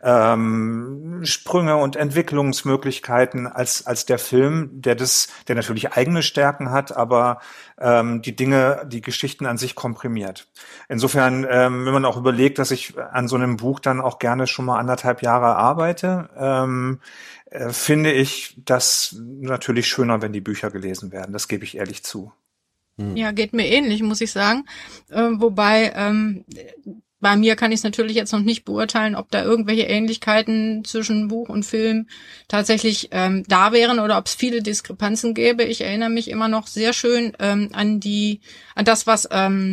Sprünge und Entwicklungsmöglichkeiten als der Film, der natürlich eigene Stärken hat, aber die Geschichten an sich komprimiert. Insofern, wenn man auch überlegt, dass ich an so einem Buch dann auch gerne schon mal 1,5 Jahre arbeite, finde ich das natürlich schöner, wenn die Bücher gelesen werden. Das gebe ich ehrlich zu. Ja, geht mir ähnlich, muss ich sagen. Wobei bei mir kann ich es natürlich jetzt noch nicht beurteilen, ob da irgendwelche Ähnlichkeiten zwischen Buch und Film tatsächlich da wären oder ob es viele Diskrepanzen gäbe. Ich erinnere mich immer noch sehr schön an das, was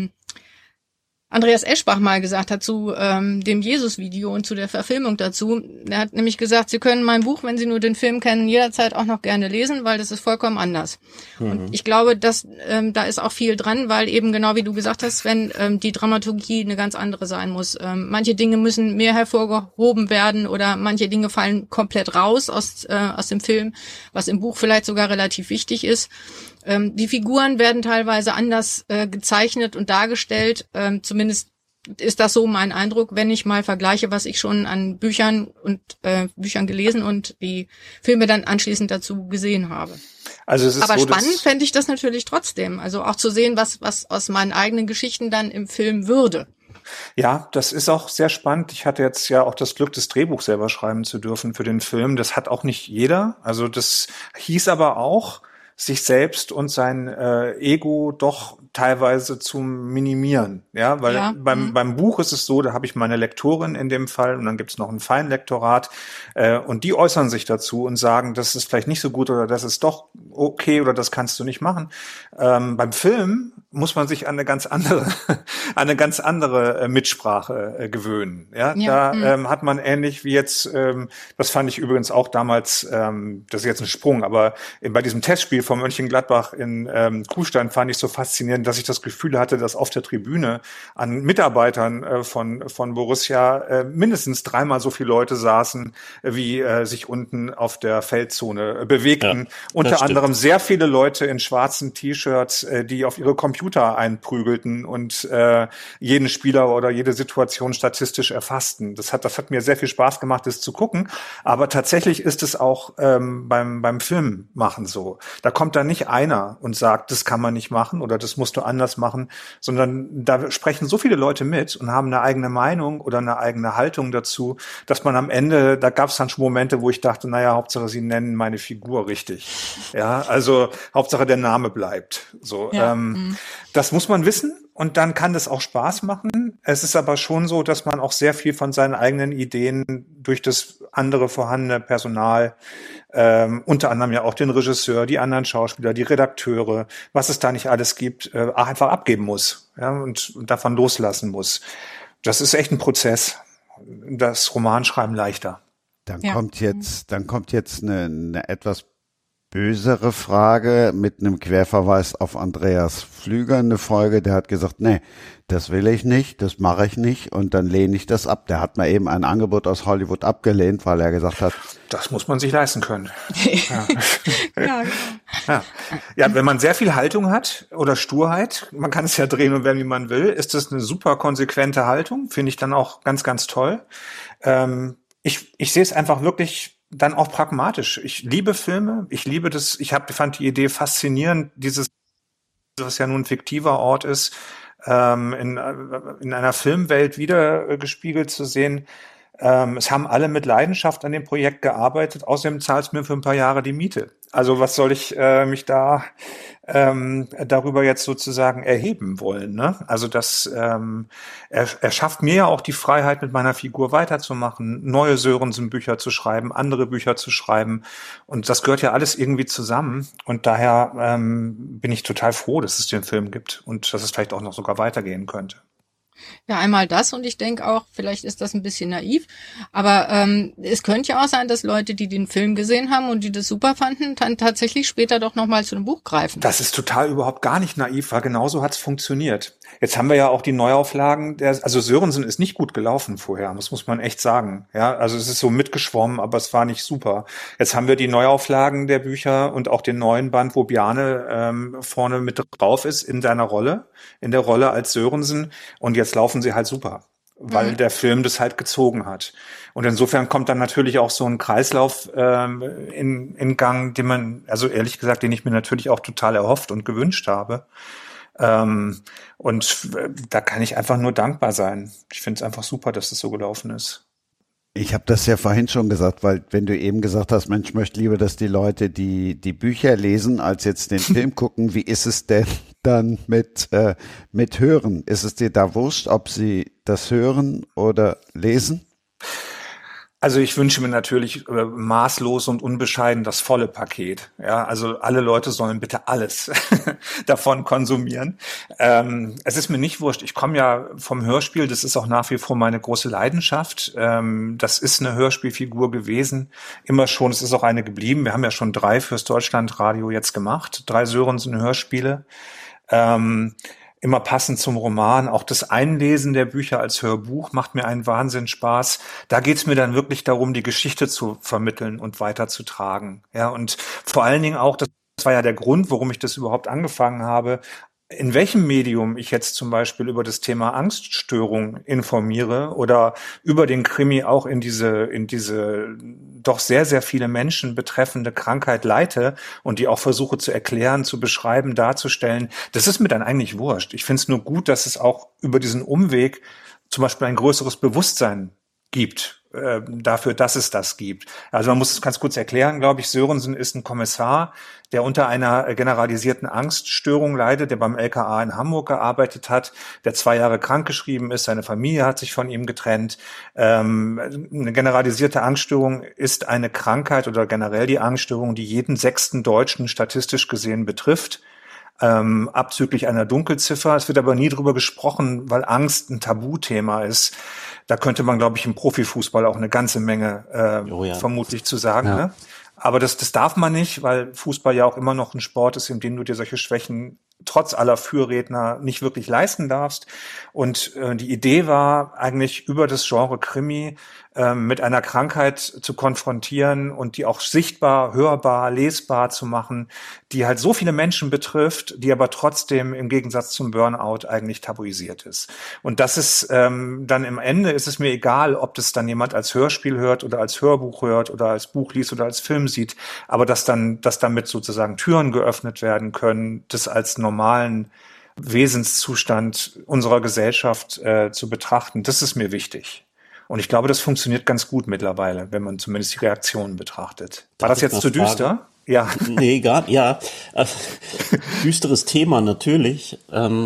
Andreas Eschbach mal gesagt hat zu dem Jesus-Video und zu der Verfilmung dazu. Er hat nämlich gesagt, Sie können mein Buch, wenn Sie nur den Film kennen, jederzeit auch noch gerne lesen, weil das ist vollkommen anders. Und ich glaube, dass da ist auch viel dran, weil eben genau wie du gesagt hast, Sven, die Dramaturgie eine ganz andere sein muss. Manche Dinge müssen mehr hervorgehoben werden oder manche Dinge fallen komplett raus aus dem Film, was im Buch vielleicht sogar relativ wichtig ist. Die Figuren werden teilweise anders gezeichnet und dargestellt. Zumindest ist das so mein Eindruck, wenn ich mal vergleiche, was ich schon an Büchern gelesen und die Filme dann anschließend dazu gesehen habe. Also es ist aber so, spannend fände ich das natürlich trotzdem. Also auch zu sehen, was aus meinen eigenen Geschichten dann im Film würde. Ja, das ist auch sehr spannend. Ich hatte jetzt ja auch das Glück, das Drehbuch selber schreiben zu dürfen für den Film. Das hat auch nicht jeder. Also das hieß aber auch, sich selbst und sein Ego doch teilweise zu minimieren, ja, weil beim Buch ist es so, da habe ich meine Lektorin in dem Fall und dann gibt's noch ein Feinlektorat und die äußern sich dazu und sagen, das ist vielleicht nicht so gut oder das ist doch okay oder das kannst du nicht machen. Beim Film muss man sich an eine ganz andere Mitsprache gewöhnen, ja, da hat man ähnlich wie jetzt, das fand ich übrigens auch damals, das ist jetzt ein Sprung, aber bei diesem Testspiel von Mönchengladbach in Kufstein fand ich so faszinierend, dass ich das Gefühl hatte, dass auf der Tribüne an Mitarbeitern von Borussia mindestens 3-mal so viele Leute saßen, wie sich unten auf der Feldzone bewegten. Ja, unter anderem sehr viele Leute in schwarzen T-Shirts, die auf ihre Computer einprügelten und jeden Spieler oder jede Situation statistisch erfassten. Das hat mir sehr viel Spaß gemacht, das zu gucken. Aber tatsächlich ist es auch beim Filmmachen so. Da kommt dann nicht einer und sagt, das kann man nicht machen oder das musst du anders machen, sondern da sprechen so viele Leute mit und haben eine eigene Meinung oder eine eigene Haltung dazu, dass man am Ende, da gab es dann schon Momente, wo ich dachte, naja, Hauptsache sie nennen meine Figur richtig. Ja, also Hauptsache der Name bleibt. So, ja. Das muss man wissen und dann kann das auch Spaß machen. Es ist aber schon so, dass man auch sehr viel von seinen eigenen Ideen durch das andere vorhandene Personal, unter anderem ja auch den Regisseur, die anderen Schauspieler, die Redakteure, was es da nicht alles gibt, einfach abgeben muss, ja, und davon loslassen muss. Das ist echt ein Prozess. Das Romanschreiben leichter. Dann kommt jetzt eine etwas bösere Frage mit einem Querverweis auf Andreas Flüger, eine Folge, der hat gesagt, nee, das will ich nicht, das mache ich nicht und dann lehne ich das ab. Der hat mal eben ein Angebot aus Hollywood abgelehnt, weil er gesagt hat, das muss man sich leisten können. Ja, wenn man sehr viel Haltung hat oder Sturheit, man kann es ja drehen und werden, wie man will, ist das eine super konsequente Haltung, finde ich dann auch ganz, ganz toll. Ich sehe es einfach wirklich dann auch pragmatisch. Ich liebe Filme, ich liebe das, fand die Idee faszinierend, was ja nun ein fiktiver Ort ist, in einer Filmwelt wieder gespiegelt zu sehen. Es haben alle mit Leidenschaft an dem Projekt gearbeitet, außerdem zahlt es mir für ein paar Jahre die Miete. Also was soll ich mich da darüber jetzt sozusagen erheben wollen, ne? Also das er schafft mir ja auch die Freiheit, mit meiner Figur weiterzumachen, neue Sörensen-Bücher zu schreiben, andere Bücher zu schreiben und das gehört ja alles irgendwie zusammen und daher bin ich total froh, dass es den Film gibt und dass es vielleicht auch noch sogar weitergehen könnte. Ja, einmal das und ich denke auch, vielleicht ist das ein bisschen naiv, aber es könnte ja auch sein, dass Leute, die den Film gesehen haben und die das super fanden, dann tatsächlich später doch nochmal zu einem Buch greifen. Das ist total überhaupt gar nicht naiv, weil genauso hat's funktioniert. Jetzt haben wir ja auch die Neuauflagen. Also Sörensen ist nicht gut gelaufen vorher, das muss man echt sagen. Ja, also es ist so mitgeschwommen, aber es war nicht super. Jetzt haben wir die Neuauflagen der Bücher und auch den neuen Band, wo Bjarne vorne mit drauf ist in der Rolle als Sörensen. Und jetzt laufen sie halt super, weil der Film das halt gezogen hat. Und insofern kommt dann natürlich auch so ein Kreislauf in Gang, den man, also ehrlich gesagt, den ich mir natürlich auch total erhofft und gewünscht habe. Und da kann ich einfach nur dankbar sein. Ich finde es einfach super, dass das so gelaufen ist. Ich habe das ja vorhin schon gesagt, weil wenn du eben gesagt hast, Mensch, ich möchte lieber, dass die Leute die Bücher lesen, als jetzt den Film gucken. Wie ist es denn dann mit Hören? Ist es dir da wurscht, ob sie das hören oder lesen? Also ich wünsche mir natürlich maßlos und unbescheiden das volle Paket. Ja, also alle Leute sollen bitte alles davon konsumieren. Es ist mir nicht wurscht. Ich komme ja vom Hörspiel. Das ist auch nach wie vor meine große Leidenschaft. Das ist eine Hörspielfigur gewesen. Immer schon. Es ist auch eine geblieben. Wir haben ja schon 3 fürs Deutschlandradio jetzt gemacht. 3 Sörensen-Hörspiele. Immer passend zum Roman. Auch das Einlesen der Bücher als Hörbuch macht mir einen Wahnsinn Spaß. Da geht's mir dann wirklich darum, die Geschichte zu vermitteln und weiterzutragen. Ja, und vor allen Dingen auch, das war ja der Grund, warum ich das überhaupt angefangen habe, in welchem Medium ich jetzt zum Beispiel über das Thema Angststörung informiere oder über den Krimi auch in diese doch sehr, sehr viele Menschen betreffende Krankheit leite und die auch versuche zu erklären, zu beschreiben, darzustellen, das ist mir dann eigentlich wurscht. Ich finde es nur gut, dass es auch über diesen Umweg zum Beispiel ein größeres Bewusstsein gibt dafür, dass es das gibt. Also man muss es ganz kurz erklären, glaube ich. Sörensen ist ein Kommissar, der unter einer generalisierten Angststörung leidet, der beim LKA in Hamburg gearbeitet hat, der 2 Jahre krankgeschrieben ist, seine Familie hat sich von ihm getrennt. Eine generalisierte Angststörung ist eine Krankheit oder generell die Angststörung, die jeden 6. Deutschen statistisch gesehen betrifft. Abzüglich einer Dunkelziffer. Es wird aber nie drüber gesprochen, weil Angst ein Tabuthema ist. Da könnte man, glaube ich, im Profifußball auch eine ganze Menge vermutlich zu sagen. Ja. Ne? Aber das darf man nicht, weil Fußball ja auch immer noch ein Sport ist, in dem du dir solche Schwächen trotz aller Fürredner nicht wirklich leisten darfst. Und die Idee war eigentlich über das Genre Krimi mit einer Krankheit zu konfrontieren und die auch sichtbar, hörbar, lesbar zu machen, die halt so viele Menschen betrifft, die aber trotzdem im Gegensatz zum Burnout eigentlich tabuisiert ist. Und das ist dann im Ende ist es mir egal, ob das dann jemand als Hörspiel hört oder als Hörbuch hört oder als Buch liest oder als Film sieht, aber dass damit sozusagen Türen geöffnet werden können, das als normalen Wesenszustand unserer Gesellschaft zu betrachten, das ist mir wichtig. Und ich glaube, das funktioniert ganz gut mittlerweile, wenn man zumindest die Reaktionen betrachtet. War das jetzt zu düster? Ja. Nee, ja. Düsteres Thema natürlich.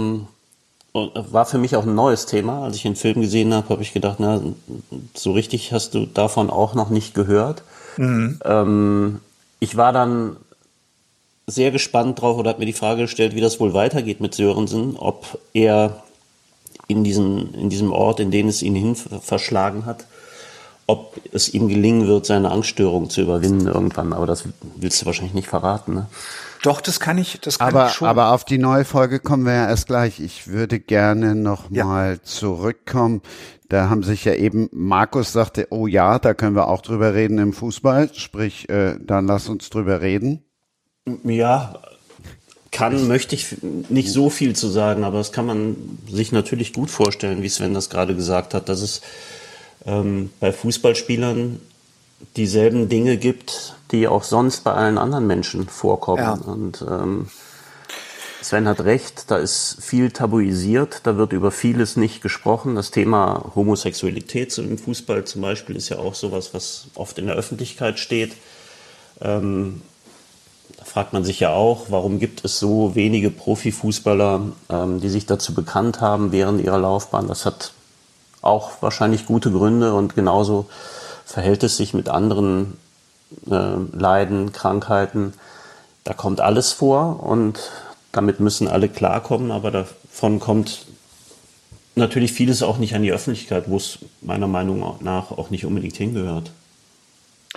War für mich auch ein neues Thema. Als ich den Film gesehen habe ich gedacht, na, so richtig hast du davon auch noch nicht gehört. Mhm. Ich war dann sehr gespannt drauf oder habe mir die Frage gestellt, wie das wohl weitergeht mit Sörensen, ob er in diesem Ort, in den es ihn hin verschlagen hat, ob es ihm gelingen wird, seine Angststörung zu überwinden irgendwann. Aber das willst du wahrscheinlich nicht verraten, ne? Doch, das kann ich schon. Aber auf die neue Folge kommen wir ja erst gleich. Ich würde gerne noch mal zurückkommen. Da haben sich ja eben, Markus sagte, oh ja, da können wir auch drüber reden im Fußball. Sprich, dann lass uns drüber reden. Ja, möchte ich nicht so viel zu sagen, aber das kann man sich natürlich gut vorstellen, wie Sven das gerade gesagt hat, dass es bei Fußballspielern dieselben Dinge gibt, die auch sonst bei allen anderen Menschen vorkommen. Ja. Und Sven hat recht, da ist viel tabuisiert, da wird über vieles nicht gesprochen. Das Thema Homosexualität im Fußball zum Beispiel ist ja auch sowas, was oft in der Öffentlichkeit steht. Da fragt man sich ja auch, warum gibt es so wenige Profifußballer, die sich dazu bekannt haben während ihrer Laufbahn. Das hat auch wahrscheinlich gute Gründe und genauso verhält es sich mit anderen Leiden, Krankheiten. Da kommt alles vor und damit müssen alle klarkommen, aber davon kommt natürlich vieles auch nicht an die Öffentlichkeit, wo es meiner Meinung nach auch nicht unbedingt hingehört.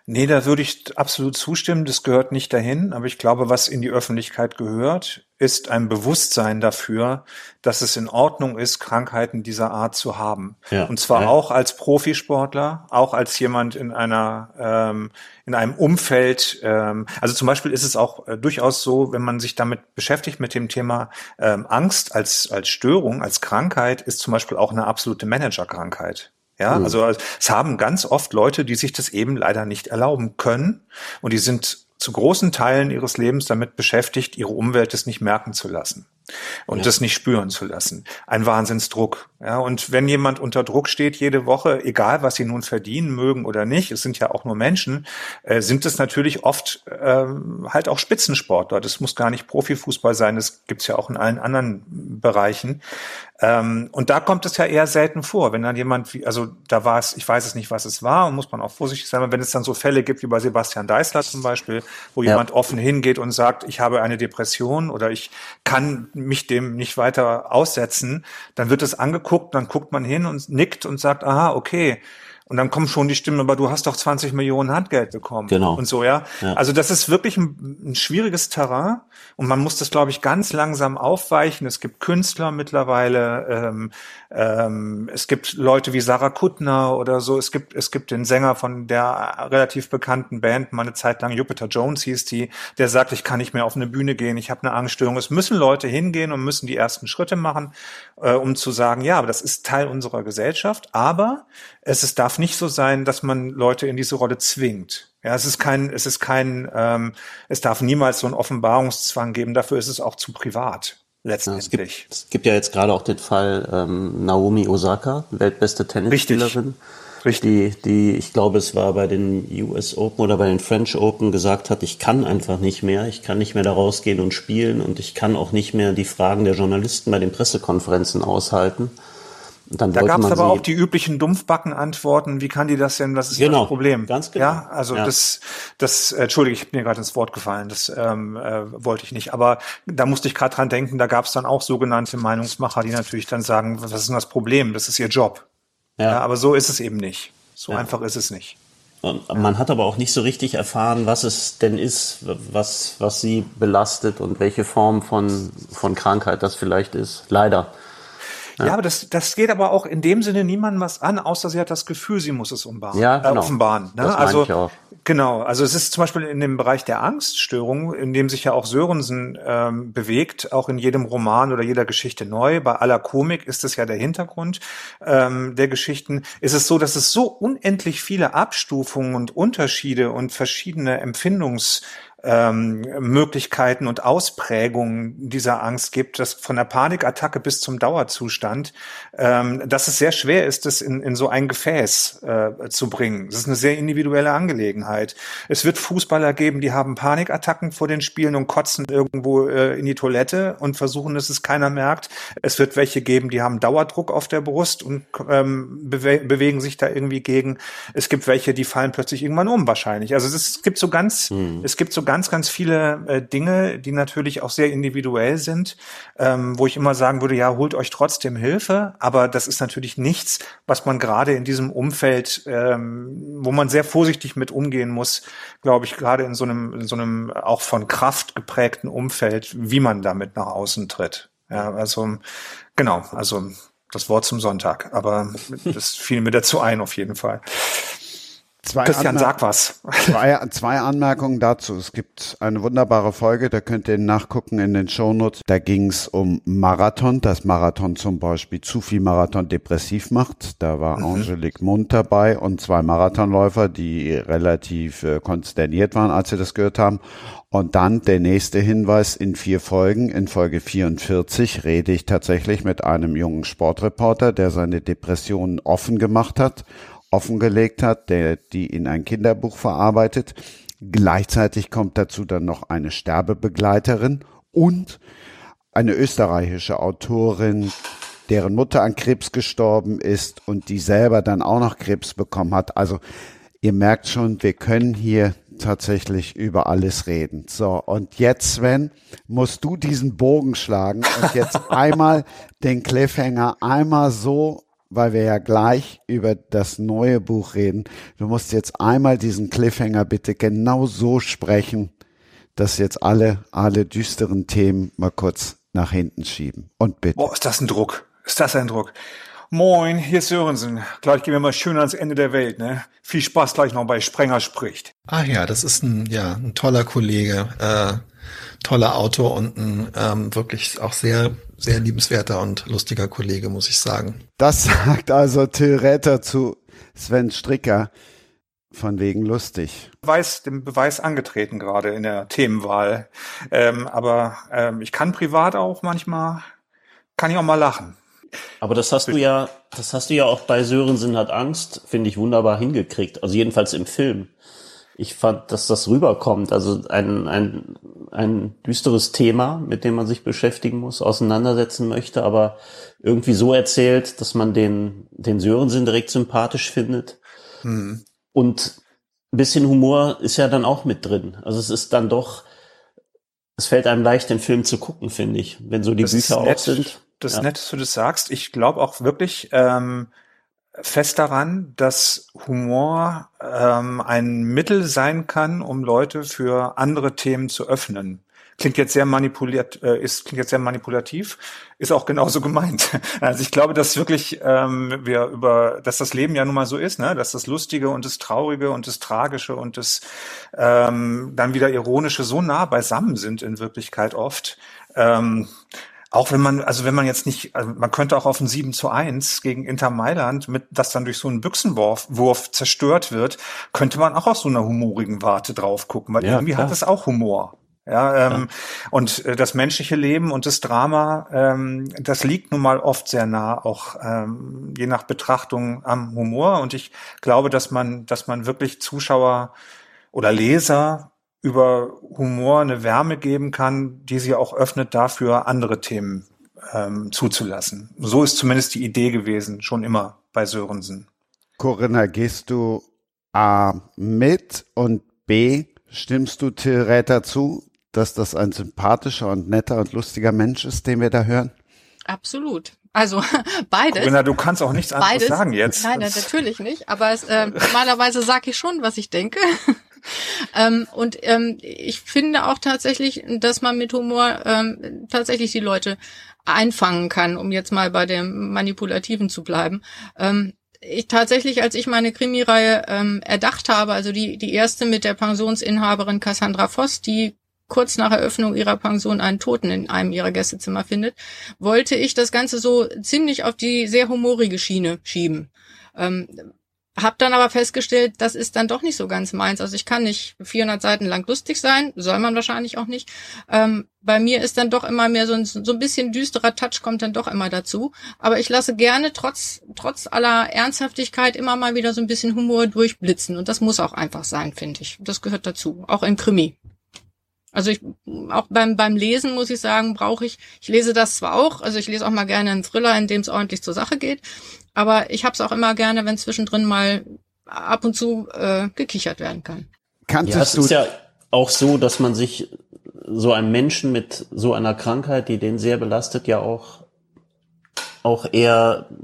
Nee, da würde ich absolut zustimmen. Das gehört nicht dahin. Aber ich glaube, was in die Öffentlichkeit gehört, ist ein Bewusstsein dafür, dass es in Ordnung ist, Krankheiten dieser Art zu haben. Ja. Und zwar Ja. auch als Profisportler, auch als jemand in einem Umfeld. Also zum Beispiel ist es auch durchaus so, wenn man sich damit beschäftigt mit dem Thema Angst als Störung, als Krankheit, ist zum Beispiel auch eine absolute Managerkrankheit. Ja, also es haben ganz oft Leute, die sich das eben leider nicht erlauben können, und die sind zu großen Teilen ihres Lebens damit beschäftigt, ihre Umwelt es nicht merken zu lassen und das nicht spüren zu lassen. Ein Wahnsinnsdruck. Ja, und wenn jemand unter Druck steht jede Woche, egal was sie nun verdienen mögen oder nicht, es sind ja auch nur Menschen, sind es natürlich oft halt auch Spitzensportler. Das muss gar nicht Profifußball sein, das gibt's ja auch in allen anderen Bereichen. Und da kommt es ja eher selten vor, wenn dann jemand, also da war es, ich weiß es nicht, was es war, und muss man auch vorsichtig sein, aber wenn es dann so Fälle gibt wie bei Sebastian Deißler zum Beispiel, wo jemand offen hingeht und sagt, ich habe eine Depression oder ich kann mich dem nicht weiter aussetzen, dann wird es angeguckt, dann guckt man hin und nickt und sagt, aha, okay. Und dann kommen schon die Stimmen, aber du hast doch 20 Millionen Handgeld bekommen. Genau. Und so, ja. Also das ist wirklich ein schwieriges Terrain, und man muss das, glaube ich, ganz langsam aufweichen. Es gibt Künstler mittlerweile, es gibt Leute wie Sarah Kuttner oder so. Es gibt den Sänger von der relativ bekannten Band, mal eine Zeit lang Jupiter Jones hieß die, der sagt, ich kann nicht mehr auf eine Bühne gehen, ich habe eine Angststörung. Es müssen Leute hingehen und müssen die ersten Schritte machen, um zu sagen, ja, aber das ist Teil unserer Gesellschaft, aber es darf nicht so sein, dass man Leute in diese Rolle zwingt. Ja, es darf niemals so einen Offenbarungszwang geben. Dafür ist es auch zu privat, letztendlich. Es gibt ja jetzt gerade auch den Fall Naomi Osaka, weltbeste Tennisspielerin. Richtig. Die, ich glaube, es war bei den US Open oder bei den French Open, gesagt hat, ich kann einfach nicht mehr. Ich kann nicht mehr da rausgehen und spielen, und ich kann auch nicht mehr die Fragen der Journalisten bei den Pressekonferenzen aushalten. Da gab es aber auch die üblichen Dumpfbacken-Antworten. Wie kann die das denn? Das ist das Problem. Ganz genau. Ja, also das, Entschuldige, ich bin mir gerade ins Wort gefallen. Das wollte ich nicht. Aber da musste ich gerade dran denken. Da gab es dann auch sogenannte Meinungsmacher, die natürlich dann sagen, was ist denn das Problem? Das ist ihr Job. Ja, aber so ist es eben nicht. So einfach ist es nicht. Und man hat aber auch nicht so richtig erfahren, was es denn ist, was sie belastet und welche Form von Krankheit das vielleicht ist. Leider. Ja, aber das geht aber auch in dem Sinne niemandem was an, außer sie hat das Gefühl, sie muss es offenbaren. Ne? Das meine ich auch. Genau, also es ist zum Beispiel in dem Bereich der Angststörung, in dem sich ja auch Sörensen bewegt, auch in jedem Roman oder jeder Geschichte neu. Bei aller Komik ist es ja der Hintergrund der Geschichten. Ist es so, dass es so unendlich viele Abstufungen und Unterschiede und verschiedene Möglichkeiten und Ausprägungen dieser Angst gibt, dass von der Panikattacke bis zum Dauerzustand, dass es sehr schwer ist, das in so ein Gefäß zu bringen. Das ist eine sehr individuelle Angelegenheit. Es wird Fußballer geben, die haben Panikattacken vor den Spielen und kotzen irgendwo in die Toilette und versuchen, dass es keiner merkt. Es wird welche geben, die haben Dauerdruck auf der Brust und bewegen sich da irgendwie gegen. Es gibt welche, die fallen plötzlich irgendwann um, wahrscheinlich. Also es gibt so ganz viele Dinge, die natürlich auch sehr individuell sind, wo ich immer sagen würde, ja, holt euch trotzdem Hilfe, aber das ist natürlich nichts, was man gerade in diesem Umfeld, wo man sehr vorsichtig mit umgehen muss, glaube ich, gerade in so einem auch von Kraft geprägten Umfeld, wie man damit nach außen tritt. Ja, also genau, also das Wort zum Sonntag, aber das fiel mir dazu ein auf jeden Fall. Christian, sag was. Zwei Anmerkungen dazu. Es gibt eine wunderbare Folge, da könnt ihr nachgucken in den Shownotes. Da ging es um Marathon, dass Marathon zum Beispiel zu viel Marathon depressiv macht. Da war Angelique Mund dabei und 2 Marathonläufer, die relativ konsterniert waren, als sie das gehört haben. Und dann der nächste Hinweis in 4 Folgen. In Folge 44 rede ich tatsächlich mit einem jungen Sportreporter, der seine Depressionen offengelegt hat, die in ein Kinderbuch verarbeitet. Gleichzeitig kommt dazu dann noch eine Sterbebegleiterin und eine österreichische Autorin, deren Mutter an Krebs gestorben ist und die selber dann auch noch Krebs bekommen hat. Also ihr merkt schon, wir können hier tatsächlich über alles reden. So, und jetzt, Sven, musst du diesen Bogen schlagen und jetzt einmal den Cliffhanger einmal so weil wir ja gleich über das neue Buch reden. Du musst jetzt einmal diesen Cliffhanger bitte genau so sprechen, dass jetzt alle düsteren Themen mal kurz nach hinten schieben. Und bitte. Boah, ist das ein Druck. Ist das ein Druck. Moin, hier ist Sörensen. Gleich gehen wir mal schön ans Ende der Welt, ne? Viel Spaß gleich noch bei Sprenger spricht. Ach ja, das ist ein toller Kollege, toller Autor und ein wirklich auch sehr, sehr liebenswerter und lustiger Kollege, muss ich sagen. Das sagt also Till Räther zu Sven Stricker, von wegen lustig. Dem Beweis angetreten gerade in der Themenwahl. Aber ich kann privat auch manchmal, kann ich auch mal lachen. Aber das hast du ja auch bei Sörensen hat Angst, finde ich, wunderbar hingekriegt. Also jedenfalls im Film. Ich fand, dass das rüberkommt. Also ein düsteres Thema, mit dem man sich beschäftigen muss, auseinandersetzen möchte, aber irgendwie so erzählt, dass man den Sörensen direkt sympathisch findet. Und ein bisschen Humor ist ja dann auch mit drin. Also es fällt einem leicht, den Film zu gucken, finde ich, wenn so die Bücher auch sind. Das ist nett, dass du das sagst. Ich glaube auch wirklich fest daran, dass Humor ein Mittel sein kann, um Leute für andere Themen zu öffnen. Klingt jetzt sehr manipulativ, ist auch genauso gemeint. Also ich glaube, dass wirklich dass das Leben ja nun mal so ist, ne, dass das Lustige und das Traurige und das Tragische und das dann wieder Ironische so nah beisammen sind in Wirklichkeit oft. Auch wenn man jetzt nicht, also man könnte auch auf ein 7:1 gegen Inter Mailand, das dann durch so einen Büchsenwurf zerstört wird, könnte man auch aus so einer humorigen Warte drauf gucken, weil irgendwie hat es auch Humor. Und das menschliche Leben und das Drama, das liegt nun mal oft sehr nah, auch je nach Betrachtung am Humor. Und ich glaube, dass man wirklich Zuschauer oder Leser über Humor eine Wärme geben kann, die sie auch öffnet, dafür andere Themen zuzulassen. So ist zumindest die Idee gewesen, schon immer bei Sörensen. Corinna, gehst du A mit und B, stimmst du Till Räther zu, dass das ein sympathischer und netter und lustiger Mensch ist, den wir da hören? Absolut. Also beides. Corinna, du kannst auch nichts anderes sagen jetzt. Nein, natürlich nicht. Aber normalerweise sage ich schon, was ich denke. Ich finde auch tatsächlich, dass man mit Humor tatsächlich die Leute einfangen kann, um jetzt mal bei dem Manipulativen zu bleiben. Als ich meine Krimireihe erdacht habe, also die erste mit der Pensionsinhaberin Cassandra Voss, die kurz nach Eröffnung ihrer Pension einen Toten in einem ihrer Gästezimmer findet, wollte ich das Ganze so ziemlich auf die sehr humorige Schiene schieben. Hab dann aber festgestellt, das ist dann doch nicht so ganz meins. Also ich kann nicht 400 Seiten lang lustig sein, soll man wahrscheinlich auch nicht. Bei mir ist dann doch immer mehr so ein bisschen düsterer Touch kommt dann doch immer dazu. Aber ich lasse gerne trotz aller Ernsthaftigkeit immer mal wieder so ein bisschen Humor durchblitzen. Und das muss auch einfach sein, finde ich. Das gehört dazu, auch in Krimi. Also auch beim Lesen muss ich sagen, ich lese das zwar auch, also ich lese auch mal gerne einen Thriller, in dem es ordentlich zur Sache geht, aber ich habe es auch immer gerne, wenn zwischendrin mal ab und zu gekichert werden kann. Es ist ja auch so, dass man sich so einem Menschen mit so einer Krankheit, die den sehr belastet, ja auch eher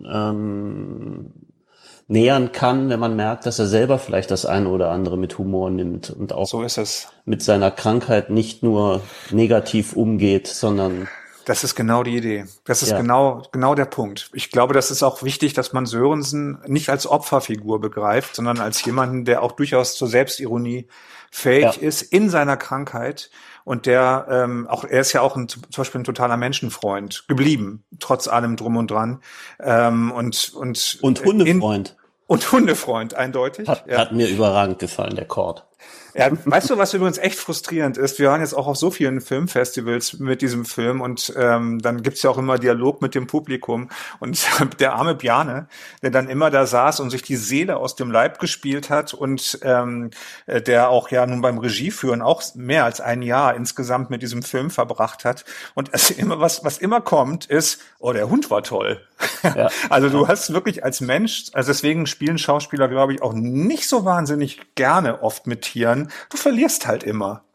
nähern kann, wenn man merkt, dass er selber vielleicht das eine oder andere mit Humor nimmt und auch so ist es. Mit seiner Krankheit nicht nur negativ umgeht, sondern... Das ist genau die Idee. Das ist genau der Punkt. Ich glaube, das ist auch wichtig, dass man Sörensen nicht als Opferfigur begreift, sondern als jemanden, der auch durchaus zur Selbstironie fähig ist in seiner Krankheit. Und er ist ja auch zum Beispiel ein totaler Menschenfreund geblieben, trotz allem drum und dran. Und Hundefreund. Und Hundefreund, eindeutig. Hat mir überragend gefallen, der Kord. Ja, weißt du, was übrigens echt frustrierend ist? Wir waren jetzt auch auf so vielen Filmfestivals mit diesem Film und dann gibt's ja auch immer Dialog mit dem Publikum und der arme Bjarne, der dann immer da saß und sich die Seele aus dem Leib gespielt hat und der auch ja nun beim Regieführen auch mehr als ein Jahr insgesamt mit diesem Film verbracht hat und was immer kommt ist, oh, der Hund war toll. Ja. Also du hast wirklich als Mensch, also deswegen spielen Schauspieler, glaube ich, auch nicht so wahnsinnig gerne oft mit Tieren. Du verlierst halt immer.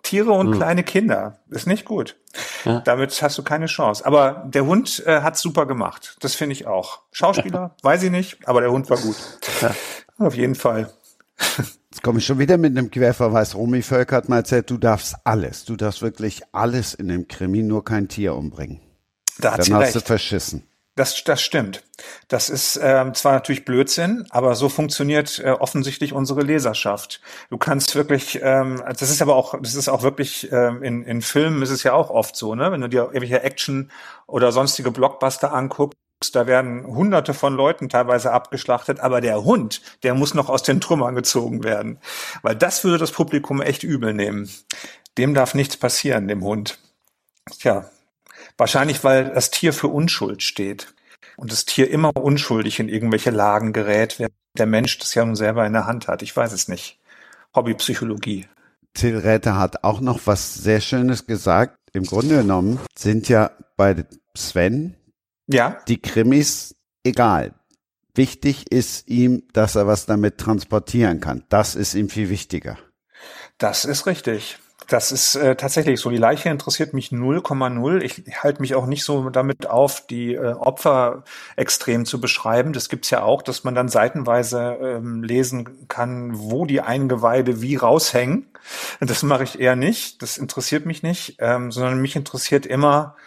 Tiere und kleine Kinder. Ist nicht gut. Ja. Damit hast du keine Chance. Aber der Hund hat's super gemacht. Das finde ich auch. Schauspieler, weiß ich nicht, aber der Hund war gut. Ja. Auf jeden Fall. Jetzt komme ich schon wieder mit einem Querverweis. Romy Völk hat mal erzählt, du darfst wirklich alles in dem Krimi, nur kein Tier umbringen. Da hat Dann sie hast recht. du verschissen. Das stimmt. Das ist zwar natürlich Blödsinn, aber so funktioniert offensichtlich unsere Leserschaft. Du kannst wirklich, das ist auch wirklich, in Filmen ist es ja auch oft so, ne? Wenn du dir irgendwelche Action oder sonstige Blockbuster anguckst, da werden Hunderte von Leuten teilweise abgeschlachtet, aber der Hund, der muss noch aus den Trümmern gezogen werden. Weil das würde das Publikum echt übel nehmen. Dem darf nichts passieren, dem Hund. Tja. Wahrscheinlich, weil das Tier für Unschuld steht und das Tier immer unschuldig in irgendwelche Lagen gerät, während der Mensch das ja nun selber in der Hand hat. Ich weiß es nicht. Hobbypsychologie. Till Räther hat auch noch was sehr Schönes gesagt. Im Grunde genommen sind ja bei Sven die Krimis egal. Wichtig ist ihm, dass er was damit transportieren kann. Das ist ihm viel wichtiger. Das ist richtig. Das ist tatsächlich so. Die Leiche interessiert mich 0,0. Ich halte mich auch nicht so damit auf, die Opfer extrem zu beschreiben. Das gibt's ja auch, dass man dann seitenweise lesen kann, wo die Eingeweide wie raushängen. Das mache ich eher nicht. Das interessiert mich nicht, sondern mich interessiert immer,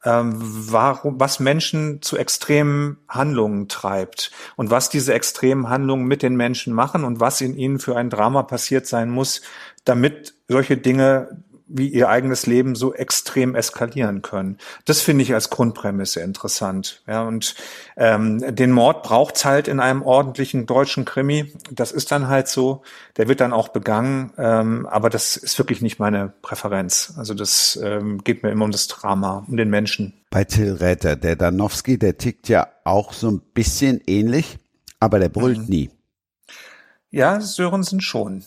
was Menschen zu extremen Handlungen treibt und was diese extremen Handlungen mit den Menschen machen und was in ihnen für ein Drama passiert sein muss, damit solche Dinge wie ihr eigenes Leben so extrem eskalieren können. Das finde ich als Grundprämisse interessant. Ja, und den Mord braucht's halt in einem ordentlichen deutschen Krimi. Das ist dann halt so. Der wird dann auch begangen, aber das ist wirklich nicht meine Präferenz. Also das geht mir immer um das Drama, um den Menschen. Bei Till Räther, der Danowski, der tickt ja auch so ein bisschen ähnlich, aber der brüllt nie. Ja, Sörensen schon.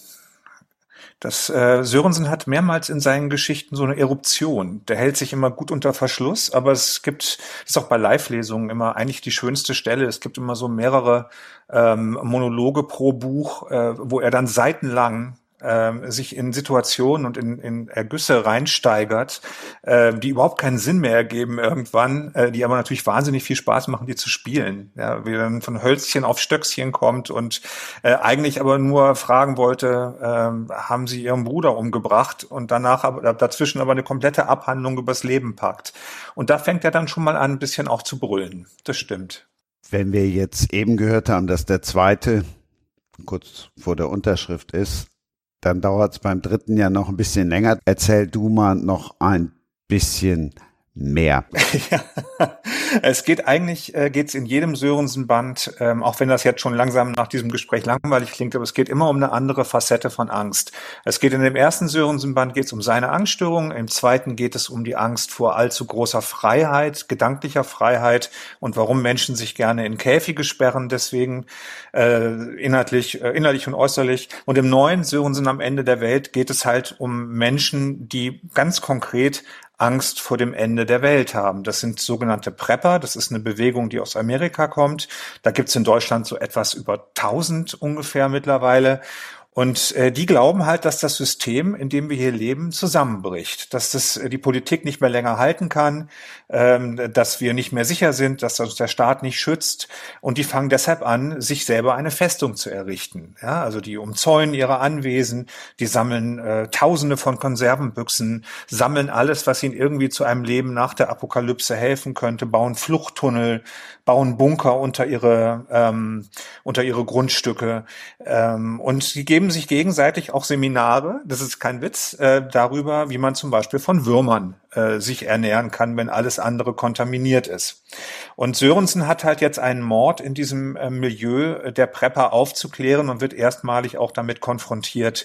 Sörensen hat mehrmals in seinen Geschichten so eine Eruption. Der hält sich immer gut unter Verschluss, aber das ist auch bei Live-Lesungen immer eigentlich die schönste Stelle. Es gibt immer so mehrere Monologe pro Buch, wo er dann seitenlang sich in Situationen und in Ergüsse reinsteigert, die überhaupt keinen Sinn mehr ergeben irgendwann, die aber natürlich wahnsinnig viel Spaß machen, die zu spielen. Ja, wie er dann von Hölzchen auf Stöckchen kommt und eigentlich aber nur fragen wollte, haben Sie Ihren Bruder umgebracht und danach dazwischen aber eine komplette Abhandlung übers Leben packt. Und da fängt er dann schon mal an, ein bisschen auch zu brüllen. Das stimmt. Wenn wir jetzt eben gehört haben, dass der zweite kurz vor der Unterschrift ist, dann dauert es beim dritten ja noch ein bisschen länger. Erzähl du mal noch ein bisschen mehr. Ja, es geht's in jedem Sörensen-Band, auch wenn das jetzt schon langsam nach diesem Gespräch langweilig klingt, aber es geht immer um eine andere Facette von Angst. Es geht in dem ersten Sörensen-Band geht's um seine Angststörung, im zweiten geht es um die Angst vor allzu großer Freiheit, gedanklicher Freiheit und warum Menschen sich gerne in Käfige sperren, deswegen innerlich und äußerlich. Und im neuen Sörensen am Ende der Welt geht es halt um Menschen, die ganz konkret Angst vor dem Ende der Welt haben. Das sind sogenannte Prepper. Das ist eine Bewegung, die aus Amerika kommt. Da gibt's in Deutschland so etwas über 1000 ungefähr mittlerweile. Und die glauben halt, dass das System, in dem wir hier leben, zusammenbricht, dass das die Politik nicht mehr länger halten kann, dass wir nicht mehr sicher sind, dass uns der Staat nicht schützt. Und die fangen deshalb an, sich selber eine Festung zu errichten. Ja, also die umzäunen ihre Anwesen, die sammeln Tausende von Konservenbüchsen, sammeln alles, was ihnen irgendwie zu einem Leben nach der Apokalypse helfen könnte, bauen Fluchttunnel, bauen Bunker unter ihre Grundstücke und sie geben sich gegenseitig auch Seminare, das ist kein Witz, darüber, wie man zum Beispiel von Würmern sich ernähren kann, wenn alles andere kontaminiert ist. Und Sörensen hat halt jetzt einen Mord in diesem Milieu der Prepper aufzuklären und wird erstmalig auch damit konfrontiert,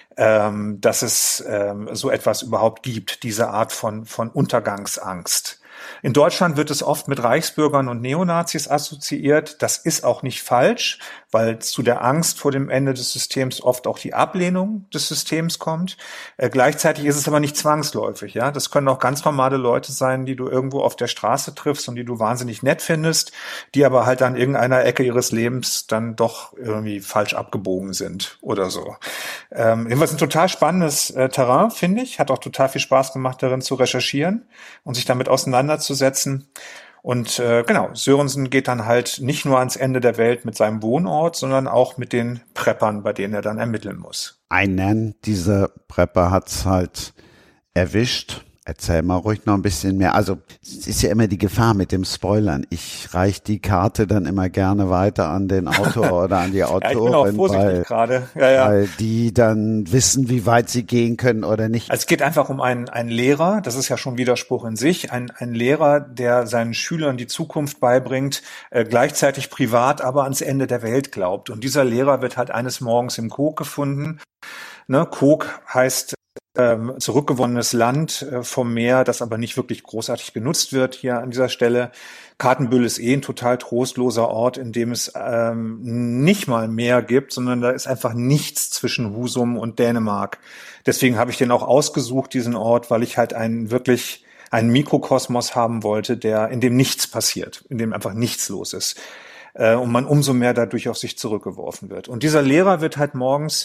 dass es so etwas überhaupt gibt, diese Art von Untergangsangst. In Deutschland wird es oft mit Reichsbürgern und Neonazis assoziiert. Das ist auch nicht falsch, weil zu der Angst vor dem Ende des Systems oft auch die Ablehnung des Systems kommt. Gleichzeitig ist es aber nicht zwangsläufig. Ja, das können auch ganz normale Leute sein, die du irgendwo auf der Straße triffst und die du wahnsinnig nett findest, die aber halt an irgendeiner Ecke ihres Lebens dann doch irgendwie falsch abgebogen sind oder so. Jedenfalls ein total spannendes Terrain, finde ich. Hat auch total viel Spaß gemacht, darin zu recherchieren und sich damit auseinanderzusetzen. Und genau, Sörensen geht dann halt nicht nur ans Ende der Welt mit seinem Wohnort, sondern auch mit den Preppern, bei denen er dann ermitteln muss. Einen dieser Prepper hat's halt erwischt. Erzähl mal ruhig noch ein bisschen mehr. Also es ist ja immer die Gefahr mit dem Spoilern. Ich reiche die Karte dann immer gerne weiter an den Autor oder an die Autorin, ja, ich bin auch vorsichtig gerade. Ja. Weil die dann wissen, wie weit sie gehen können oder nicht. Also es geht einfach um einen Lehrer, das ist ja schon Widerspruch in sich, ein Lehrer, der seinen Schülern die Zukunft beibringt, gleichzeitig privat, aber ans Ende der Welt glaubt. Und dieser Lehrer wird halt eines Morgens im Kog gefunden. Ne, Kog heißt zurückgewonnenes Land vom Meer, das aber nicht wirklich großartig genutzt wird hier an dieser Stelle. Kartenbüll ist ein total trostloser Ort, in dem es nicht mal Meer gibt, sondern da ist einfach nichts zwischen Husum und Dänemark. Deswegen habe ich den auch ausgesucht, diesen Ort, weil ich halt einen Mikrokosmos haben wollte, in dem nichts passiert, in dem einfach nichts los ist. Und man umso mehr dadurch auf sich zurückgeworfen wird. Und dieser Lehrer wird halt morgens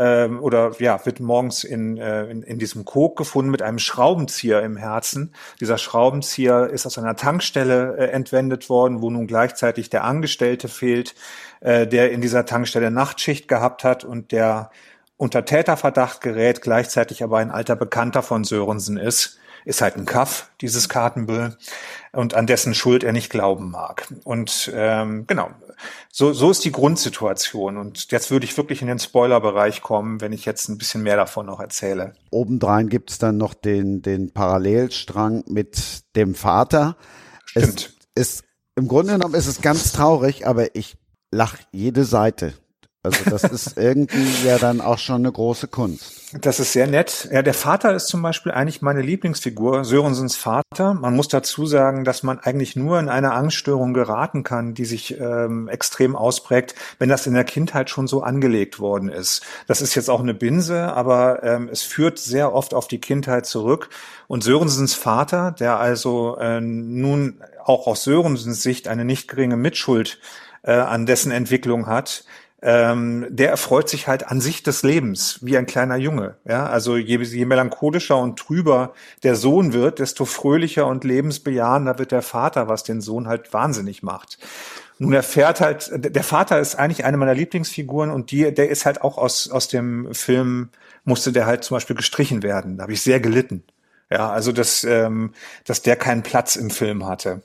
in diesem Kog gefunden mit einem Schraubenzieher im Herzen. Dieser Schraubenzieher ist aus einer Tankstelle entwendet worden, wo nun gleichzeitig der Angestellte fehlt, der in dieser Tankstelle Nachtschicht gehabt hat und der unter Täterverdacht gerät, gleichzeitig aber ein alter Bekannter von Sörensen ist halt ein Kaff, dieses Kartenbüll, und an dessen Schuld er nicht glauben mag. Und genau, so ist die Grundsituation. Und jetzt würde ich wirklich in den Spoilerbereich kommen, wenn ich jetzt ein bisschen mehr davon noch erzähle. Obendrein gibt's dann noch den Parallelstrang mit dem Vater. Stimmt. Im Grunde genommen ist es ganz traurig, aber ich lache jede Seite. Also das ist irgendwie ja dann auch schon eine große Kunst. Das ist sehr nett. Ja, der Vater ist zum Beispiel eigentlich meine Lieblingsfigur, Sörensens Vater. Man muss dazu sagen, dass man eigentlich nur in eine Angststörung geraten kann, die sich extrem ausprägt, wenn das in der Kindheit schon so angelegt worden ist. Das ist jetzt auch eine Binse, aber es führt sehr oft auf die Kindheit zurück. Und Sörensens Vater, der also nun auch aus Sörensens Sicht eine nicht geringe Mitschuld an dessen Entwicklung hat, der erfreut sich halt an sich des Lebens, wie ein kleiner Junge. Ja, also je melancholischer und trüber der Sohn wird, desto fröhlicher und lebensbejahender wird der Vater, was den Sohn halt wahnsinnig macht. Nun erfährt halt, der Vater ist eigentlich eine meiner Lieblingsfiguren und der ist halt auch aus dem Film, musste der halt zum Beispiel gestrichen werden. Da habe ich sehr gelitten. Ja, also dass der keinen Platz im Film hatte.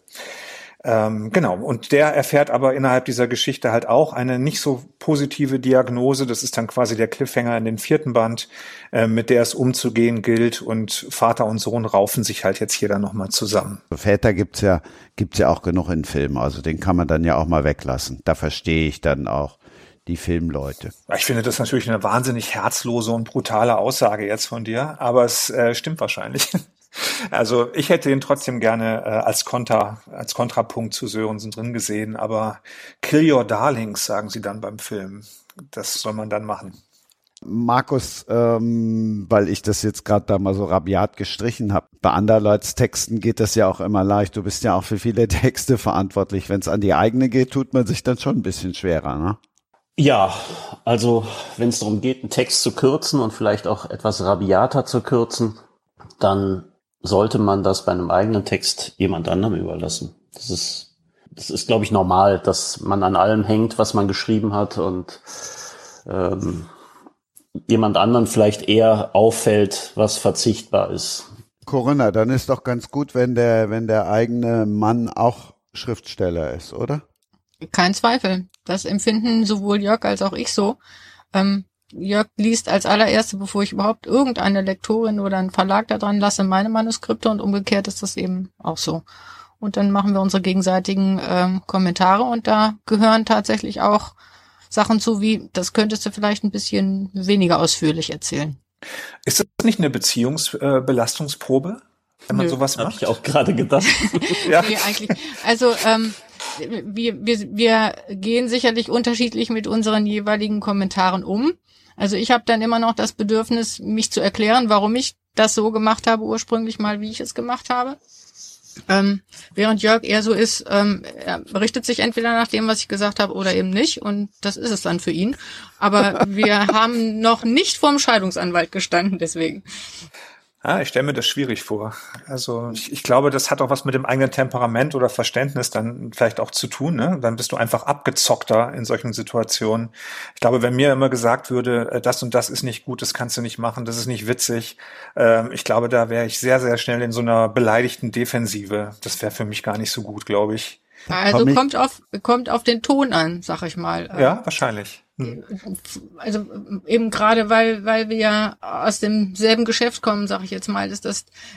Genau. Und der erfährt aber innerhalb dieser Geschichte halt auch eine nicht so positive Diagnose. Das ist dann quasi der Cliffhanger in den 4. Band, mit der es umzugehen gilt. Und Vater und Sohn raufen sich halt jetzt hier dann nochmal zusammen. Väter gibt's ja auch genug in Filmen. Also den kann man dann ja auch mal weglassen. Da verstehe ich dann auch die Filmleute. Ich finde das natürlich eine wahnsinnig herzlose und brutale Aussage jetzt von dir. Aber es stimmt wahrscheinlich. Also ich hätte ihn trotzdem gerne als Kontrapunkt zu Sörensen drin gesehen, aber Kill Your Darlings, sagen sie dann beim Film. Das soll man dann machen. Markus, weil ich das jetzt gerade da mal so rabiat gestrichen habe, bei Anderleits Texten geht das ja auch immer leicht. Du bist ja auch für viele Texte verantwortlich. Wenn es an die eigene geht, tut man sich dann schon ein bisschen schwerer, ne? Ja, also wenn es darum geht, einen Text zu kürzen und vielleicht auch etwas rabiater zu kürzen, dann sollte man das bei einem eigenen Text jemand anderem überlassen. Das ist, glaube ich, normal, dass man an allem hängt, was man geschrieben hat und jemand anderen vielleicht eher auffällt, was verzichtbar ist. Corinna, dann ist doch ganz gut, wenn der eigene Mann auch Schriftsteller ist, oder? Kein Zweifel. Das empfinden sowohl Jörg als auch ich so. Jörg liest als allererste, bevor ich überhaupt irgendeine Lektorin oder einen Verlag da dran lasse, meine Manuskripte und umgekehrt ist das eben auch so. Und dann machen wir unsere gegenseitigen Kommentare und da gehören tatsächlich auch Sachen zu wie, das könntest du vielleicht ein bisschen weniger ausführlich erzählen. Ist das nicht eine Beziehungsbelastungsprobe? wenn man Nö. sowas Habe macht? ich auch gerade gedacht. Ja. Nee, eigentlich. Also wir gehen sicherlich unterschiedlich mit unseren jeweiligen Kommentaren um. Also ich habe dann immer noch das Bedürfnis, mich zu erklären, warum ich das so gemacht habe, ursprünglich mal, wie ich es gemacht habe. Während Jörg eher so ist, er richtet sich entweder nach dem, was ich gesagt habe, oder eben nicht. Und das ist es dann für ihn. Aber wir haben noch nicht vorm Scheidungsanwalt gestanden, deswegen. Ja, ich stelle mir das schwierig vor. Also ich glaube, das hat auch was mit dem eigenen Temperament oder Verständnis dann vielleicht auch zu tun. Ne? Dann bist du einfach abgezockter in solchen Situationen. Ich glaube, wenn mir immer gesagt würde, das und das ist nicht gut, das kannst du nicht machen, das ist nicht witzig, ich glaube, da wäre ich sehr, sehr schnell in so einer beleidigten Defensive. Das wäre für mich gar nicht so gut, glaube ich. Also kommt auf den Ton an, sag ich mal. Ja, wahrscheinlich. Also eben gerade, weil wir ja aus demselben Geschäft kommen, sage ich jetzt mal, es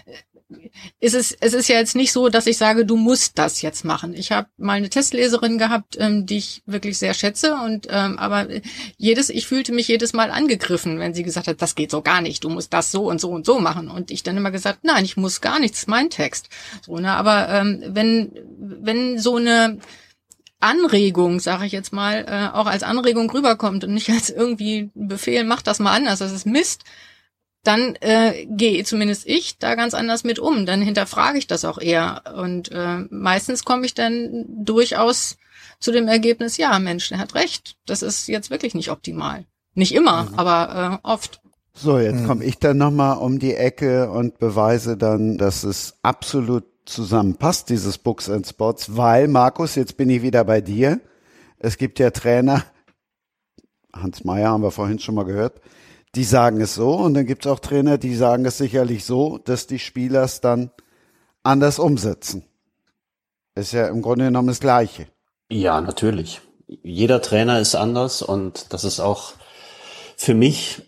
ist ja jetzt nicht so, dass ich sage, du musst das jetzt machen. Ich habe mal eine Testleserin gehabt, die ich wirklich sehr schätze, und aber ich fühlte mich jedes Mal angegriffen, wenn sie gesagt hat, das geht so gar nicht, du musst das so und so und so machen, und ich dann immer gesagt, nein, ich muss gar nichts, das ist mein Text. So, ne, aber wenn so eine Anregung, sage ich jetzt mal, auch als Anregung rüberkommt und nicht als irgendwie ein Befehl, mach das mal anders, das ist Mist, dann gehe zumindest ich da ganz anders mit um. Dann hinterfrage ich das auch eher. Und meistens komme ich dann durchaus zu dem Ergebnis, ja, Mensch, der hat recht, das ist jetzt wirklich nicht optimal. Nicht immer, aber oft. So, jetzt komme ich dann nochmal um die Ecke und beweise dann, dass es absolut zusammenpasst, dieses Books and Sports, weil, Markus, jetzt bin ich wieder bei dir. Es gibt ja Trainer, Hans Meyer haben wir vorhin schon mal gehört, die sagen es so, und dann gibt es auch Trainer, die sagen es sicherlich so, dass die Spieler es dann anders umsetzen. Ist ja im Grunde genommen das Gleiche. Ja, natürlich. Jeder Trainer ist anders, und das ist auch für mich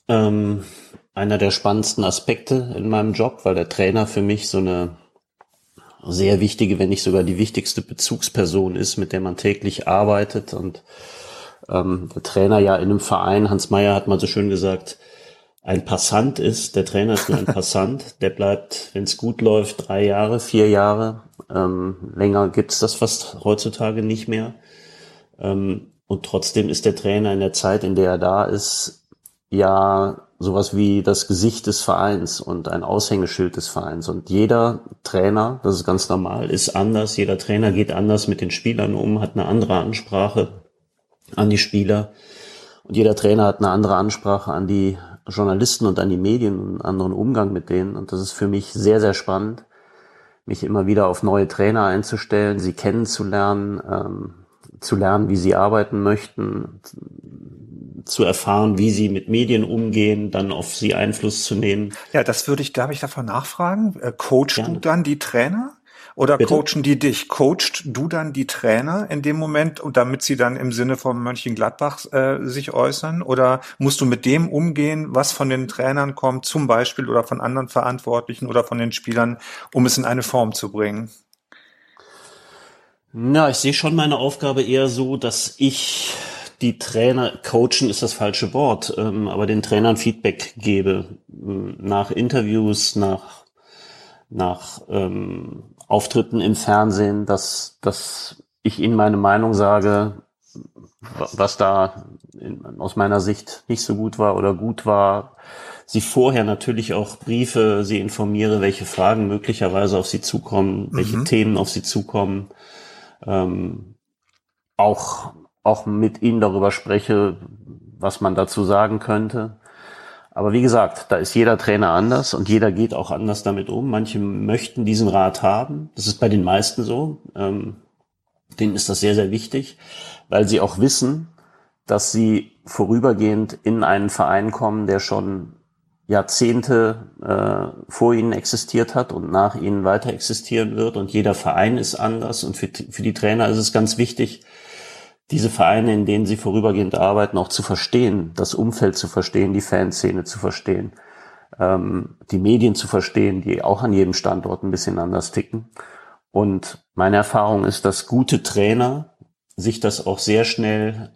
einer der spannendsten Aspekte in meinem Job, weil der Trainer für mich so eine sehr wichtige, wenn nicht sogar die wichtigste Bezugsperson ist, mit der man täglich arbeitet. Und der Trainer ja in einem Verein, Hans Meyer hat mal so schön gesagt, ein Passant ist. Der Trainer ist nur ein Passant. Der bleibt, wenn es gut läuft, 3 Jahre, 4 Jahre. Länger gibt's das fast heutzutage nicht mehr. Und trotzdem ist der Trainer in der Zeit, in der er da ist, ja sowas wie das Gesicht des Vereins und ein Aushängeschild des Vereins. Und jeder Trainer, das ist ganz normal, ist anders. Jeder Trainer geht anders mit den Spielern um, hat eine andere Ansprache an die Spieler. Und jeder Trainer hat eine andere Ansprache an die Journalisten und an die Medien und einen anderen Umgang mit denen. Und das ist für mich sehr, sehr spannend, mich immer wieder auf neue Trainer einzustellen, sie kennenzulernen, zu lernen, wie sie arbeiten möchten, zu erfahren, wie sie mit Medien umgehen, dann auf sie Einfluss zu nehmen. Ja, darf ich davon nachfragen? Coachst du dann die Trainer? Oder Bitte? coachen die dich? Coachst du dann die Trainer in dem Moment, und damit sie dann im Sinne von Mönchengladbach sich äußern? Oder musst du mit dem umgehen, was von den Trainern kommt, zum Beispiel, oder von anderen Verantwortlichen oder von den Spielern, um es in eine Form zu bringen? Na, ich sehe schon meine Aufgabe eher so, dass ich die Trainer, coachen ist das falsche Wort, aber den Trainern Feedback gebe, nach Interviews, nach Auftritten im Fernsehen, dass ich ihnen meine Meinung sage, was da aus meiner Sicht nicht so gut war oder gut war. Sie vorher natürlich auch Briefe, sie informiere, welche Fragen möglicherweise auf sie zukommen, welche Themen auf sie zukommen. Auch mit ihnen darüber spreche, was man dazu sagen könnte. Aber wie gesagt, da ist jeder Trainer anders und jeder geht auch anders damit um. Manche möchten diesen Rat haben. Das ist bei den meisten so. Denen ist das sehr, sehr wichtig, weil sie auch wissen, dass sie vorübergehend in einen Verein kommen, der schon Jahrzehnte vor ihnen existiert hat und nach ihnen weiter existieren wird. Und jeder Verein ist anders. Und für die Trainer ist es ganz wichtig, diese Vereine, in denen sie vorübergehend arbeiten, auch zu verstehen, das Umfeld zu verstehen, die Fanszene zu verstehen, die Medien zu verstehen, die auch an jedem Standort ein bisschen anders ticken. Und meine Erfahrung ist, dass gute Trainer sich das auch sehr schnell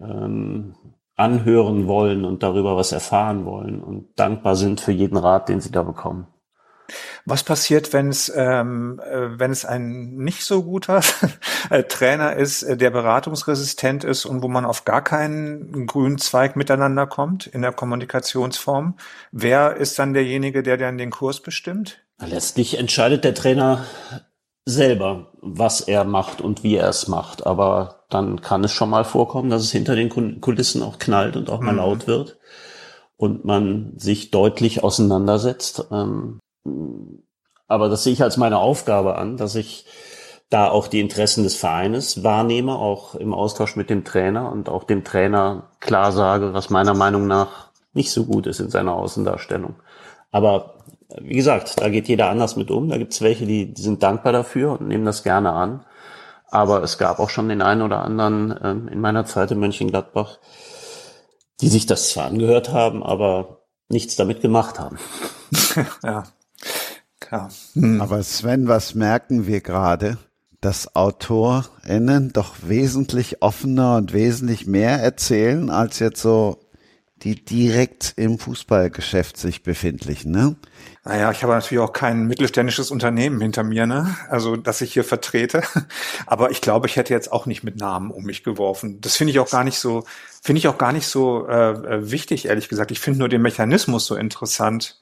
anhören wollen und darüber was erfahren wollen und dankbar sind für jeden Rat, den sie da bekommen. Was passiert, wenn es ein nicht so guter Trainer ist, der beratungsresistent ist und wo man auf gar keinen grünen Zweig miteinander kommt in der Kommunikationsform? Wer ist dann derjenige, der dann den Kurs bestimmt? Letztlich entscheidet der Trainer selber, was er macht und wie er es macht. Aber dann kann es schon mal vorkommen, dass es hinter den Kulissen auch knallt und auch mal laut wird und man sich deutlich auseinandersetzt. Aber das sehe ich als meine Aufgabe an, dass ich da auch die Interessen des Vereines wahrnehme, auch im Austausch mit dem Trainer und auch dem Trainer klar sage, was meiner Meinung nach nicht so gut ist in seiner Außendarstellung. Aber wie gesagt, da geht jeder anders mit um. Da gibt es welche, die sind dankbar dafür und nehmen das gerne an. Aber es gab auch schon den einen oder anderen in meiner Zeit in Mönchengladbach, die sich das zwar angehört haben, aber nichts damit gemacht haben. Ja, klar. Aber Sven, was merken wir gerade? Dass AutorInnen doch wesentlich offener und wesentlich mehr erzählen, als jetzt so die direkt im Fußballgeschäft sich befindlichen, ne? Naja, ich habe natürlich auch kein mittelständisches Unternehmen hinter mir, ne? Also, das ich hier vertrete. Aber ich glaube, ich hätte jetzt auch nicht mit Namen um mich geworfen. Das finde ich auch gar nicht so wichtig, ehrlich gesagt. Ich finde nur den Mechanismus so interessant.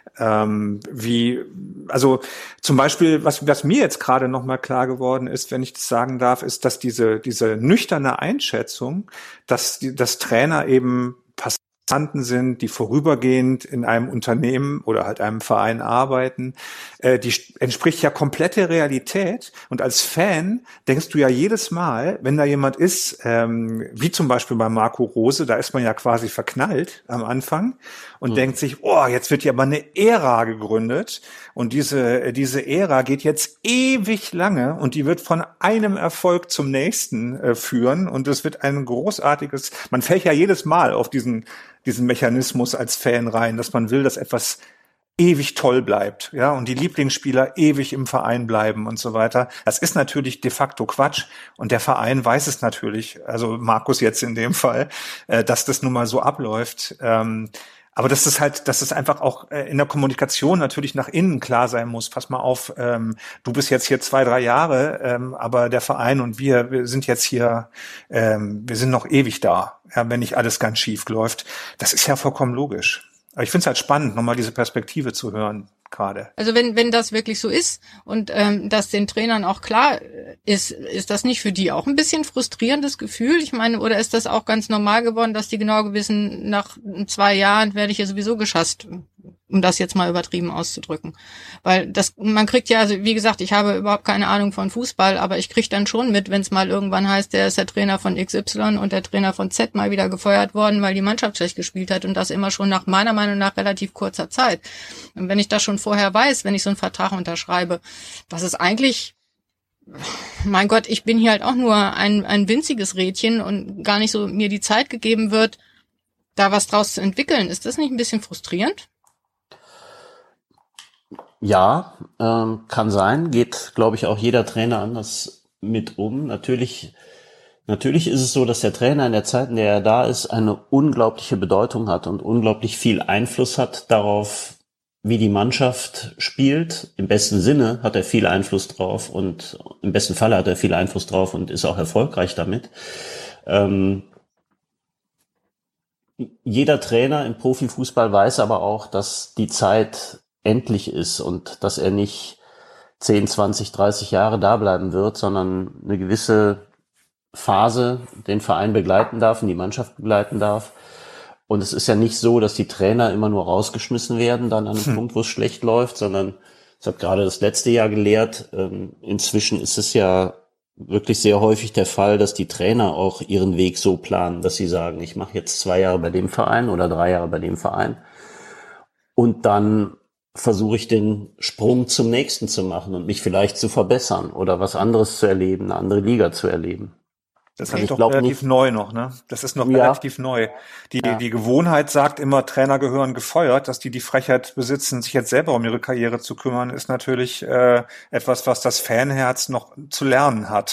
Also zum Beispiel, was mir jetzt gerade nochmal klar geworden ist, wenn ich das sagen darf, ist, dass diese nüchterne Einschätzung, dass Trainer eben Passanten sind, die vorübergehend in einem Unternehmen oder halt einem Verein arbeiten, die entspricht ja komplett der Realität. Und als Fan denkst du ja jedes Mal, wenn da jemand ist, wie zum Beispiel bei Marco Rose, da ist man ja quasi verknallt am Anfang und denkt sich, oh, jetzt wird ja mal eine Ära gegründet und diese Ära geht jetzt ewig lange und die wird von einem Erfolg zum nächsten führen und es wird ein großartiges, man fällt ja jedes Mal auf diesen Mechanismus als Fan rein, dass man will, dass etwas ewig toll bleibt, ja, und die Lieblingsspieler ewig im Verein bleiben und so weiter. Das ist natürlich de facto Quatsch und der Verein weiß es natürlich, also Markus jetzt in dem Fall, dass das nun mal so abläuft. Aber dass es einfach auch in der Kommunikation natürlich nach innen klar sein muss. Pass mal auf, du bist jetzt hier 2-3 Jahre, aber der Verein und wir sind jetzt hier, wir sind noch ewig da, ja, wenn nicht alles ganz schief läuft. Das ist ja vollkommen logisch. Aber ich finde es halt spannend, nochmal diese Perspektive zu hören gerade. Also wenn das wirklich so ist und das den Trainern auch klar ist das nicht für die auch ein bisschen frustrierendes Gefühl? Ich meine, oder ist das auch ganz normal geworden, dass die genau wissen, nach 2 Jahren werde ich ja sowieso geschasst, um das jetzt mal übertrieben auszudrücken. Weil man kriegt ja, also wie gesagt, ich habe überhaupt keine Ahnung von Fußball, aber ich kriege dann schon mit, wenn es mal irgendwann heißt, der ist der Trainer von XY und der Trainer von Z mal wieder gefeuert worden, weil die Mannschaft schlecht gespielt hat und das immer schon nach meiner Meinung nach relativ kurzer Zeit. Und wenn ich das schon vorher weiß, wenn ich so einen Vertrag unterschreibe, was ist eigentlich, mein Gott, ich bin hier halt auch nur ein winziges Rädchen und gar nicht so mir die Zeit gegeben wird, da was draus zu entwickeln. Ist das nicht ein bisschen frustrierend? Ja, kann sein. Geht, glaube ich, auch jeder Trainer anders mit um. Natürlich ist es so, dass der Trainer in der Zeit, in der er da ist, eine unglaubliche Bedeutung hat und unglaublich viel Einfluss hat darauf, wie die Mannschaft spielt. Im besten Sinne hat er viel Einfluss drauf und im besten Falle hat er viel Einfluss drauf und ist auch erfolgreich damit. Jeder Trainer im Profifußball weiß aber auch, dass die Zeit endlich ist und dass er nicht 10, 20, 30 Jahre da bleiben wird, sondern eine gewisse Phase den Verein begleiten darf und die Mannschaft begleiten darf. Und es ist ja nicht so, dass die Trainer immer nur rausgeschmissen werden, dann an einem Punkt, wo es schlecht läuft, sondern ich habe gerade das letzte Jahr gelehrt, inzwischen ist es ja wirklich sehr häufig der Fall, dass die Trainer auch ihren Weg so planen, dass sie sagen, ich mache jetzt 2 Jahre bei dem Verein oder 3 Jahre bei dem Verein und dann versuche ich den Sprung zum nächsten zu machen und mich vielleicht zu verbessern oder was anderes zu erleben, eine andere Liga zu erleben. Das ist doch relativ neu noch, ne? Das ist noch relativ neu. Die Gewohnheit sagt immer, Trainer gehören gefeuert. Dass die Frechheit besitzen, sich jetzt selber um ihre Karriere zu kümmern, ist natürlich etwas, was das Fanherz noch zu lernen hat.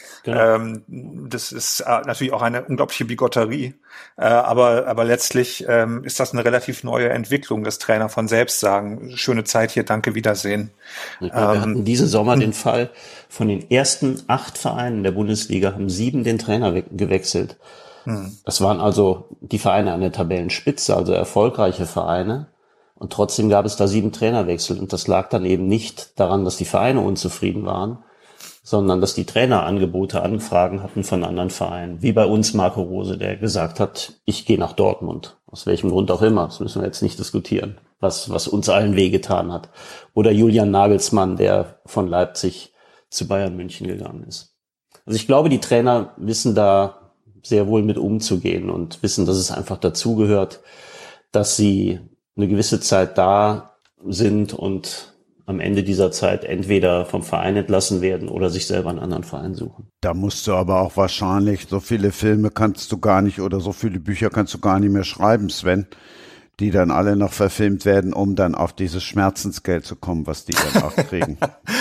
Genau. Das ist natürlich auch eine unglaubliche Bigotterie. Aber letztlich ist das eine relativ neue Entwicklung, dass Trainer von selbst sagen, schöne Zeit hier, danke, Wiedersehen. Wir hatten diesen Sommer den Fall, von den ersten 8 Vereinen der Bundesliga haben 7 den Trainer gewechselt. Das waren also die Vereine an der Tabellenspitze, also erfolgreiche Vereine. Und trotzdem gab es da 7 Trainerwechsel. Und das lag dann eben nicht daran, dass die Vereine unzufrieden waren, sondern dass die Trainer Angebote, Anfragen hatten von anderen Vereinen. Wie bei uns Marco Rose, der gesagt hat, ich gehe nach Dortmund. Aus welchem Grund auch immer. Das müssen wir jetzt nicht diskutieren, was uns allen wehgetan hat. Oder Julian Nagelsmann, der von Leipzig zu Bayern München gegangen ist. Also ich glaube, die Trainer wissen da sehr wohl mit umzugehen und wissen, dass es einfach dazugehört, dass sie eine gewisse Zeit da sind und am Ende dieser Zeit entweder vom Verein entlassen werden oder sich selber einen anderen Verein suchen. Da musst du aber auch wahrscheinlich, so viele Filme kannst du gar nicht oder so viele Bücher kannst du gar nicht mehr schreiben, Sven, die dann alle noch verfilmt werden, um dann auf dieses Schmerzensgeld zu kommen, was die dann auch kriegen.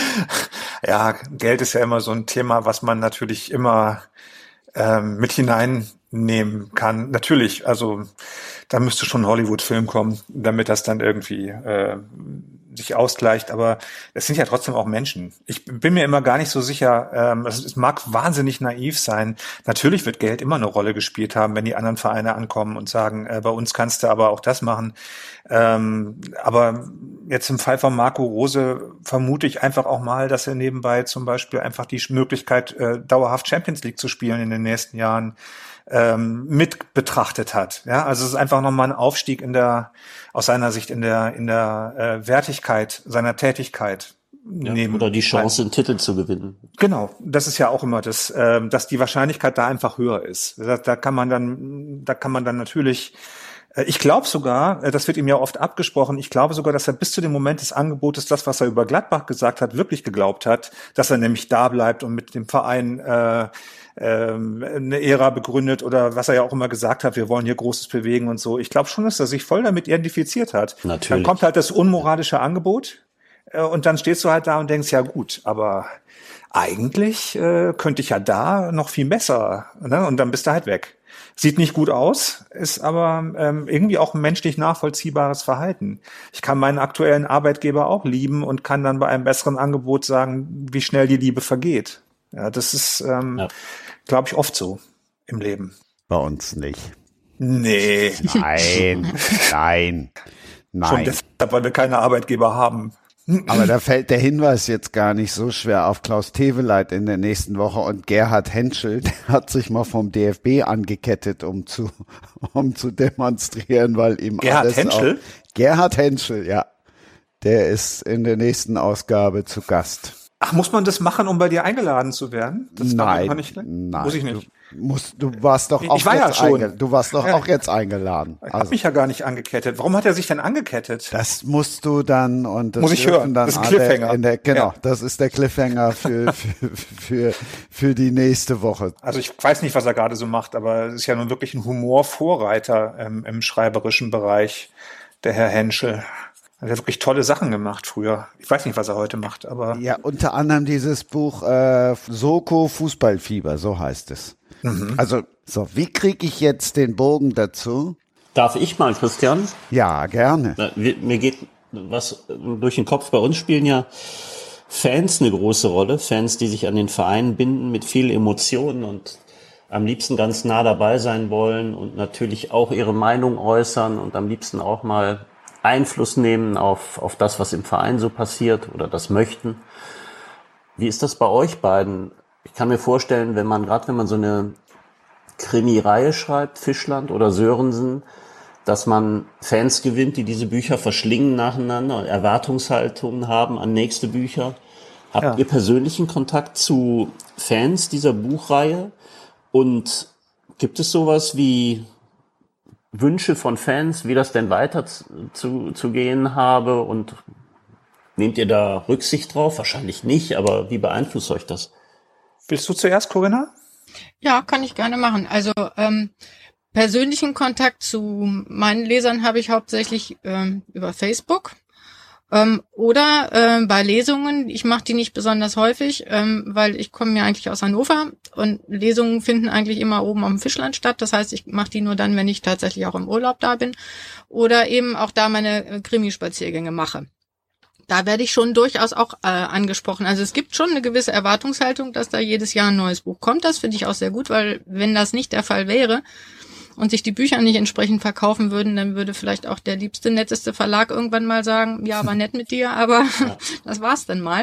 Ja, Geld ist ja immer so ein Thema, was man natürlich immer mit hineinnehmen kann. Natürlich, also da müsste schon ein Hollywood-Film kommen, damit das dann irgendwie sich ausgleicht, aber es sind ja trotzdem auch Menschen. Ich bin mir immer gar nicht so sicher, es mag wahnsinnig naiv sein. Natürlich wird Geld immer eine Rolle gespielt haben, wenn die anderen Vereine ankommen und sagen, bei uns kannst du aber auch das machen. Aber jetzt im Fall von Marco Rose vermute ich einfach auch mal, dass er nebenbei zum Beispiel einfach die Möglichkeit, dauerhaft Champions League zu spielen in den nächsten Jahren, mit betrachtet hat. Ja, also es ist einfach nochmal ein Aufstieg aus seiner Sicht in der Wertigkeit seiner Tätigkeit. Ja, oder die Chance, einen Titel zu gewinnen. Genau, das ist ja auch immer das, dass die Wahrscheinlichkeit da einfach höher ist. Da kann man dann natürlich, ich glaube sogar, das wird ihm ja oft abgesprochen, ich glaube sogar, dass er bis zu dem Moment des Angebotes das, was er über Gladbach gesagt hat, wirklich geglaubt hat, dass er nämlich da bleibt und mit dem Verein eine Ära begründet oder was er ja auch immer gesagt hat, wir wollen hier Großes bewegen und so. Ich glaube schon, dass er sich voll damit identifiziert hat. Natürlich. Dann kommt halt das unmoralische Angebot und dann stehst du halt da und denkst, ja gut, aber eigentlich könnte ich ja da noch viel besser, ne? Und dann bist du halt weg. Sieht nicht gut aus, ist aber irgendwie auch ein menschlich nachvollziehbares Verhalten. Ich kann meinen aktuellen Arbeitgeber auch lieben und kann dann bei einem besseren Angebot sagen, wie schnell die Liebe vergeht. Ja, das ist, glaube ich, oft so im Leben. Bei uns nicht. Nee. Nein. Schon deshalb, weil wir keine Arbeitgeber haben. Aber da fällt der Hinweis jetzt gar nicht so schwer auf Klaus Teweleit in der nächsten Woche und Gerhard Henschel, der hat sich mal vom DFB angekettet, um zu demonstrieren, weil ihm Gerhard Henschel? Gerhard Henschel, ja. Der ist in der nächsten Ausgabe zu Gast. Ach, muss man das machen, um bei dir eingeladen zu werden? Das nein, muss ich nicht. Du warst doch auch ich war ja schon. Du warst doch auch jetzt eingeladen. Ich habe mich ja gar nicht angekettet. Warum hat er sich denn angekettet? Das musst du dann und das muss ich hören. Dann das ist Cliffhanger. Genau, das ist der Cliffhanger für die nächste Woche. Also ich weiß nicht, was er gerade so macht, aber es ist ja nun wirklich ein Humorvorreiter im schreiberischen Bereich, der Herr Henschel. Er hat wirklich tolle Sachen gemacht früher. Ich weiß nicht, was er heute macht, aber... Ja, unter anderem dieses Buch Soko Fußballfieber, so heißt es. Mhm. Also, so, wie kriege ich jetzt den Bogen dazu? Darf ich mal, Christian? Ja, gerne. Mir geht was durch den Kopf. Bei uns spielen ja Fans eine große Rolle. Fans, die sich an den Verein binden mit viel Emotionen und am liebsten ganz nah dabei sein wollen und natürlich auch ihre Meinung äußern und am liebsten auch mal Einfluss nehmen auf das, was im Verein so passiert oder das möchten. Wie ist das bei euch beiden? Ich kann mir vorstellen, wenn man so eine Krimi-Reihe schreibt, Fischland oder Sörensen, dass man Fans gewinnt, die diese Bücher verschlingen nacheinander und Erwartungshaltungen haben an nächste Bücher. Habt ihr persönlichen Kontakt zu Fans dieser Buchreihe? Und gibt es sowas wie Wünsche von Fans, wie das denn weiter zu gehen habe? Und nehmt ihr da Rücksicht drauf? Wahrscheinlich nicht, aber wie beeinflusst euch das? Willst du zuerst, Corinna? Ja, kann ich gerne machen. Also persönlichen Kontakt zu meinen Lesern habe ich hauptsächlich über Facebook. Oder bei Lesungen, ich mache die nicht besonders häufig, weil ich komme ja eigentlich aus Hannover und Lesungen finden eigentlich immer oben am Fischland statt. Das heißt, ich mache die nur dann, wenn ich tatsächlich auch im Urlaub da bin. Oder eben auch da meine Krimispaziergänge mache. Da werde ich schon durchaus auch angesprochen. Also es gibt schon eine gewisse Erwartungshaltung, dass da jedes Jahr ein neues Buch kommt. Das finde ich auch sehr gut, weil wenn das nicht der Fall wäre und sich die Bücher nicht entsprechend verkaufen würden, dann würde vielleicht auch der liebste, netteste Verlag irgendwann mal sagen, ja, war nett mit dir, aber das war's dann mal.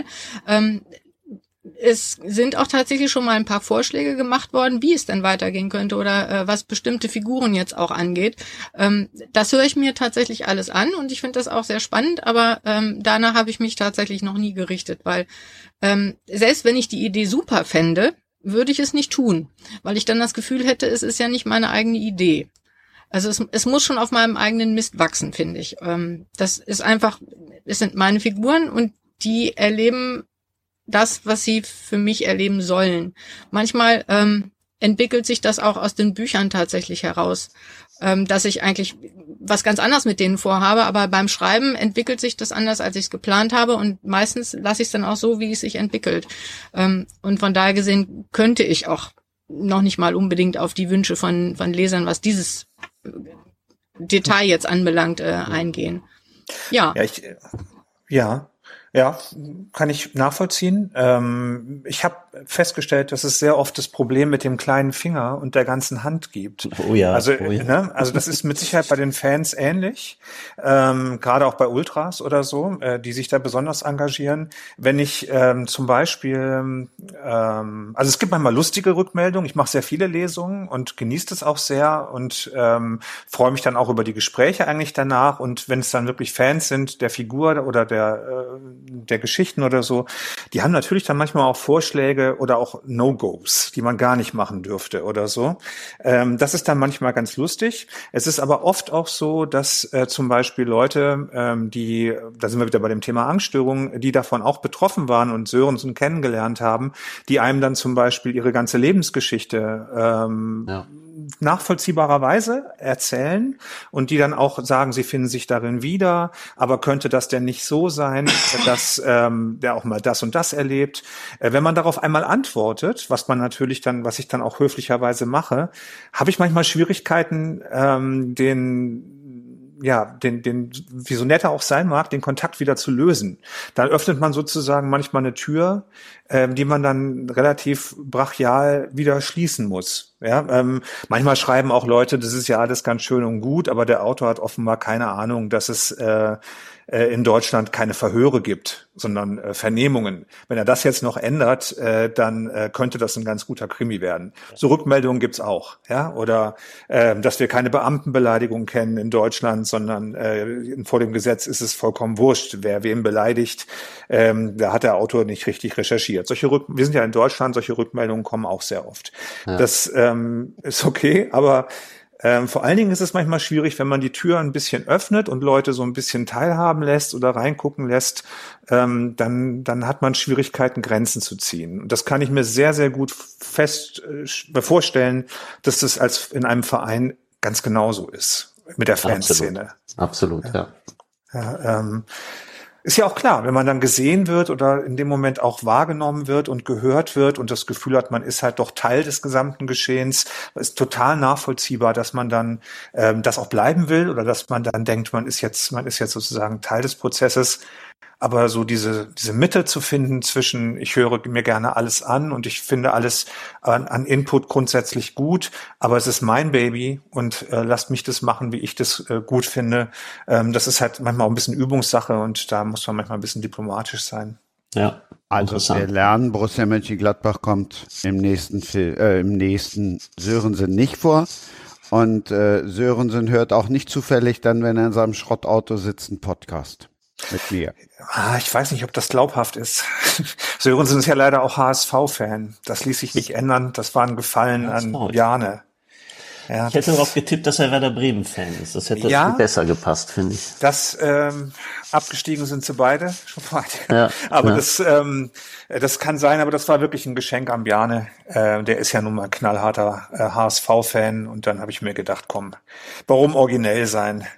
Es sind auch tatsächlich schon mal ein paar Vorschläge gemacht worden, wie es denn weitergehen könnte oder was bestimmte Figuren jetzt auch angeht. Das höre ich mir tatsächlich alles an und ich finde das auch sehr spannend, aber danach habe ich mich tatsächlich noch nie gerichtet, weil selbst wenn ich die Idee super fände, würde ich es nicht tun, weil ich dann das Gefühl hätte, es ist ja nicht meine eigene Idee. Also es muss schon auf meinem eigenen Mist wachsen, finde ich. Das ist einfach, es sind meine Figuren und die erleben das, was sie für mich erleben sollen. Manchmal entwickelt sich das auch aus den Büchern tatsächlich heraus, dass ich eigentlich was ganz anderes mit denen vorhabe, aber beim Schreiben entwickelt sich das anders, als ich es geplant habe und meistens lasse ich es dann auch so, wie es sich entwickelt. Und von daher gesehen könnte ich auch noch nicht mal unbedingt auf die Wünsche von Lesern, was dieses Detail jetzt anbelangt, eingehen. Ja. Ja, kann ich nachvollziehen. Ich habe festgestellt, dass es sehr oft das Problem mit dem kleinen Finger und der ganzen Hand gibt. Oh ja. Also das ist mit Sicherheit bei den Fans ähnlich, gerade auch bei Ultras oder so, die sich da besonders engagieren. Wenn ich zum Beispiel, also es gibt manchmal lustige Rückmeldungen. Ich mache sehr viele Lesungen und genieße das auch sehr und freue mich dann auch über die Gespräche eigentlich danach. Und wenn es dann wirklich Fans sind der Figur oder der Geschichten oder so, die haben natürlich dann manchmal auch Vorschläge oder auch No-Gos, die man gar nicht machen dürfte oder so. Das ist dann manchmal ganz lustig. Es ist aber oft auch so, dass zum Beispiel Leute, da sind wir wieder bei dem Thema Angststörungen, die davon auch betroffen waren und Sörensen kennengelernt haben, die einem dann zum Beispiel ihre ganze Lebensgeschichte nachvollziehbarerweise erzählen und die dann auch sagen, sie finden sich darin wieder, aber könnte das denn nicht so sein, dass der auch mal das und das erlebt? Wenn man darauf einmal antwortet, was ich dann auch höflicherweise mache, habe ich manchmal Schwierigkeiten, wie so nett er auch sein mag, den Kontakt wieder zu lösen. Dann öffnet man sozusagen manchmal eine Tür, die man dann relativ brachial wieder schließen muss. Ja, manchmal schreiben auch Leute, das ist ja alles ganz schön und gut, aber der Autor hat offenbar keine Ahnung, dass es in Deutschland keine Verhöre gibt, sondern Vernehmungen. Wenn er das jetzt noch ändert, dann könnte das ein ganz guter Krimi werden. So Rückmeldungen gibt's auch, ja, oder dass wir keine Beamtenbeleidigung kennen in Deutschland, sondern vor dem Gesetz ist es vollkommen wurscht, wer wem beleidigt. Da hat der Autor nicht richtig recherchiert. Wir sind ja in Deutschland, solche Rückmeldungen kommen auch sehr oft. Ja. Das ist okay, aber vor allen Dingen ist es manchmal schwierig, wenn man die Tür ein bisschen öffnet und Leute so ein bisschen teilhaben lässt oder reingucken lässt, dann hat man Schwierigkeiten, Grenzen zu ziehen. Und das kann ich mir sehr, sehr gut vorstellen, dass das als in einem Verein ganz genauso ist mit der Fanszene. Absolut, ja. Ist ja auch klar, wenn man dann gesehen wird oder in dem Moment auch wahrgenommen wird und gehört wird und das Gefühl hat, man ist halt doch Teil des gesamten Geschehens, ist total nachvollziehbar, dass man dann das auch bleiben will oder dass man dann denkt, man ist jetzt sozusagen Teil des Prozesses. Aber so diese Mitte zu finden zwischen, ich höre mir gerne alles an und ich finde alles an Input grundsätzlich gut, aber es ist mein Baby und lasst mich das machen, wie ich das gut finde. Das ist halt manchmal auch ein bisschen Übungssache und da muss man manchmal ein bisschen diplomatisch sein. Ja. Also wir lernen, Borussia Mönchengladbach kommt im nächsten Sörensen nicht vor. Und Sörensen hört auch nicht zufällig dann, wenn er in seinem Schrottauto sitzt, einen Podcast mit mir. Ich weiß nicht, ob das glaubhaft ist. Sörensen ist ja leider auch HSV-Fan. Das ließ sich nicht ändern. Das war ein Gefallen an Bjarne. Ja, ich hätte darauf getippt, dass er Werder Bremen-Fan ist. Das hätte viel besser gepasst, finde ich. Abgestiegen sind sie beide schon vorher. Ja, aber das kann sein, aber das war wirklich ein Geschenk an Bjarne. Der ist ja nun mal knallharter HSV-Fan und dann habe ich mir gedacht, komm, warum originell sein?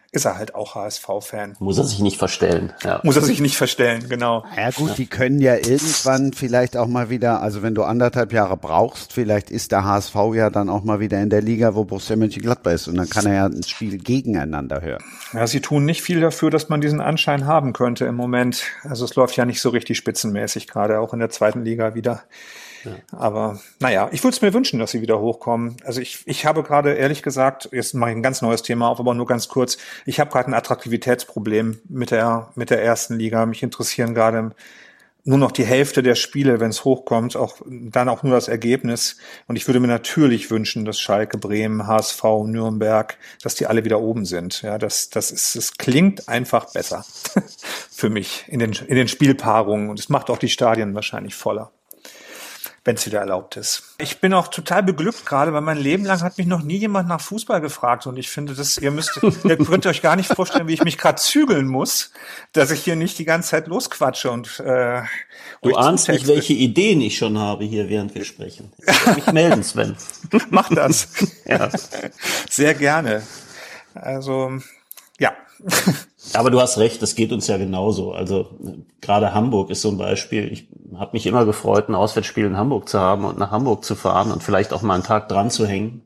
ist er halt auch HSV-Fan. Muss er sich nicht verstellen. Ja. Muss er sich nicht verstellen, genau. Ja gut, die können ja irgendwann vielleicht auch mal wieder, also wenn du 1,5 Jahre brauchst, vielleicht ist der HSV ja dann auch mal wieder in der Liga, wo Borussia Mönchengladbach ist und dann kann er ja ein Spiel gegeneinander hören. Ja, sie tun nicht viel dafür, dass man diesen Anschein haben könnte im Moment. Also es läuft ja nicht so richtig spitzenmäßig, gerade auch in der zweiten Liga wieder. Ja. Aber naja, ich würde es mir wünschen, dass sie wieder hochkommen. Also ich habe gerade ehrlich gesagt, jetzt mache ich ein ganz neues Thema auf, aber nur ganz kurz, ich habe gerade ein Attraktivitätsproblem mit der ersten Liga. Mich interessieren gerade nur noch die Hälfte der Spiele, wenn es hochkommt, dann auch nur das Ergebnis. Und ich würde mir natürlich wünschen, dass Schalke, Bremen, HSV, Nürnberg, dass die alle wieder oben sind. Ja, es klingt einfach besser für mich in den Spielpaarungen und es macht auch die Stadien wahrscheinlich voller, wenn es wieder erlaubt ist. Ich bin auch total beglückt gerade, weil mein Leben lang hat mich noch nie jemand nach Fußball gefragt und ich finde, ihr könnt euch gar nicht vorstellen, wie ich mich gerade zügeln muss, dass ich hier nicht die ganze Zeit losquatsche und du ahnst nicht, welche Ideen ich schon habe hier, während wir sprechen. Ich werde mich melden, Sven. Mach das. Ja. Sehr gerne. Also, ja. Aber du hast recht, das geht uns ja genauso. Also gerade Hamburg ist so ein Beispiel. Ich habe mich immer gefreut, ein Auswärtsspiel in Hamburg zu haben und nach Hamburg zu fahren und vielleicht auch mal einen Tag dran zu hängen.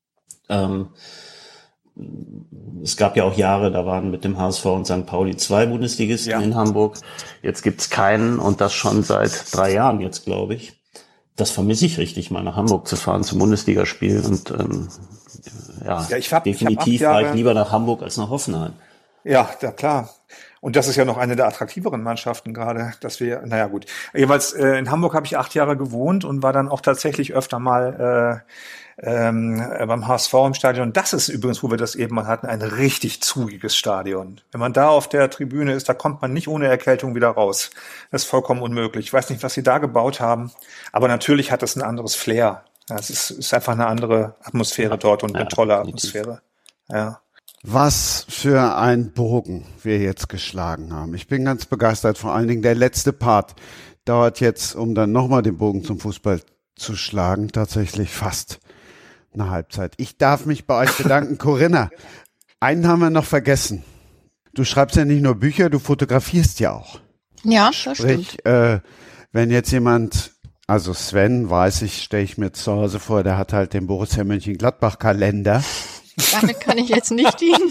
Es gab ja auch Jahre, da waren mit dem HSV und St. Pauli 2 Bundesligisten in Hamburg. Jetzt gibt's keinen und das schon seit 3 Jahren jetzt, glaube ich. Das vermisse ich richtig, mal nach Hamburg zu fahren zum Bundesligaspiel und definitiv fahre ich lieber nach Hamburg als nach Hoffenheim. Ja, klar. Und das ist ja noch eine der attraktiveren Mannschaften gerade, dass wir, naja gut. Jeweils in Hamburg habe ich 8 Jahre gewohnt und war dann auch tatsächlich öfter mal beim HSV im Stadion. Das ist übrigens, wo wir das eben mal hatten, ein richtig zugiges Stadion. Wenn man da auf der Tribüne ist, da kommt man nicht ohne Erkältung wieder raus. Das ist vollkommen unmöglich. Ich weiß nicht, was sie da gebaut haben, aber natürlich hat es ein anderes Flair. Es ist einfach eine andere Atmosphäre dort und eine tolle Atmosphäre. Ja. Was für ein Bogen wir jetzt geschlagen haben. Ich bin ganz begeistert. Vor allen Dingen der letzte Part dauert jetzt, um dann nochmal den Bogen zum Fußball zu schlagen, tatsächlich fast eine Halbzeit. Ich darf mich bei euch bedanken. Corinna, einen haben wir noch vergessen. Du schreibst ja nicht nur Bücher, du fotografierst ja auch. Ja, das stimmt. Wenn jetzt jemand, also Sven, weiß ich, stelle ich mir zu Hause vor, der hat halt den Borussia Mönchengladbach-Kalender. Damit kann ich jetzt nicht dienen.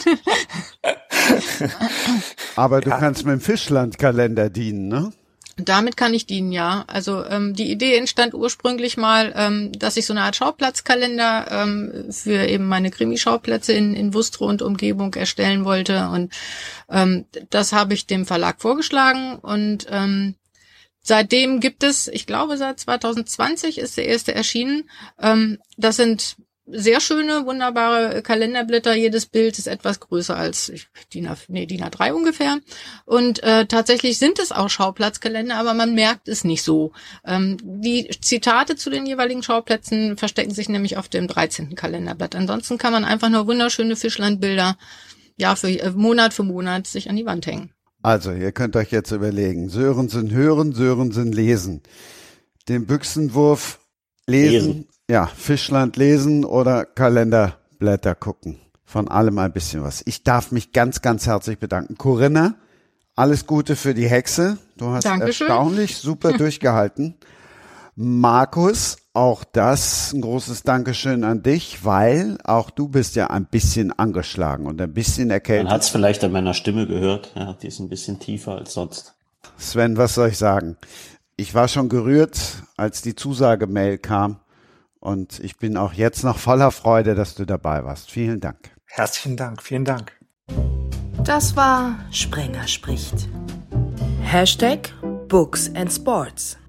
Aber du kannst mit dem Fischland-Kalender dienen, ne? Damit kann ich dienen, ja. Also die Idee entstand ursprünglich mal, dass ich so eine Art Schauplatzkalender für eben meine Krimi-Schauplätze in Wustrow und Umgebung erstellen wollte. Und das habe ich dem Verlag vorgeschlagen. Und seitdem gibt es, ich glaube seit 2020 ist der erste erschienen. Das sind sehr schöne, wunderbare Kalenderblätter. Jedes Bild ist etwas größer als DIN A3 ungefähr. Und tatsächlich sind es auch Schauplatzkalender, aber man merkt es nicht so. Die Zitate zu den jeweiligen Schauplätzen verstecken sich nämlich auf dem 13. Kalenderblatt. Ansonsten kann man einfach nur wunderschöne Fischlandbilder für Monat sich an die Wand hängen. Also, ihr könnt euch jetzt überlegen. Sörensen hören, Sörensen lesen. Den Büchsenwurf lesen. Ja, Fischland lesen oder Kalenderblätter gucken. Von allem ein bisschen was. Ich darf mich ganz, ganz herzlich bedanken. Corinna, alles Gute für die Hexe. Du hast erstaunlich super durchgehalten. Markus, auch das ein großes Dankeschön an dich, weil auch du bist ja ein bisschen angeschlagen und ein bisschen erkältet. Man hat es vielleicht an meiner Stimme gehört. Ja, die ist ein bisschen tiefer als sonst. Sven, was soll ich sagen? Ich war schon gerührt, als die Zusagemail kam. Und ich bin auch jetzt noch voller Freude, dass du dabei warst. Vielen Dank. Herzlichen Dank. Vielen Dank. Das war Sprenger spricht. #Books and Sports.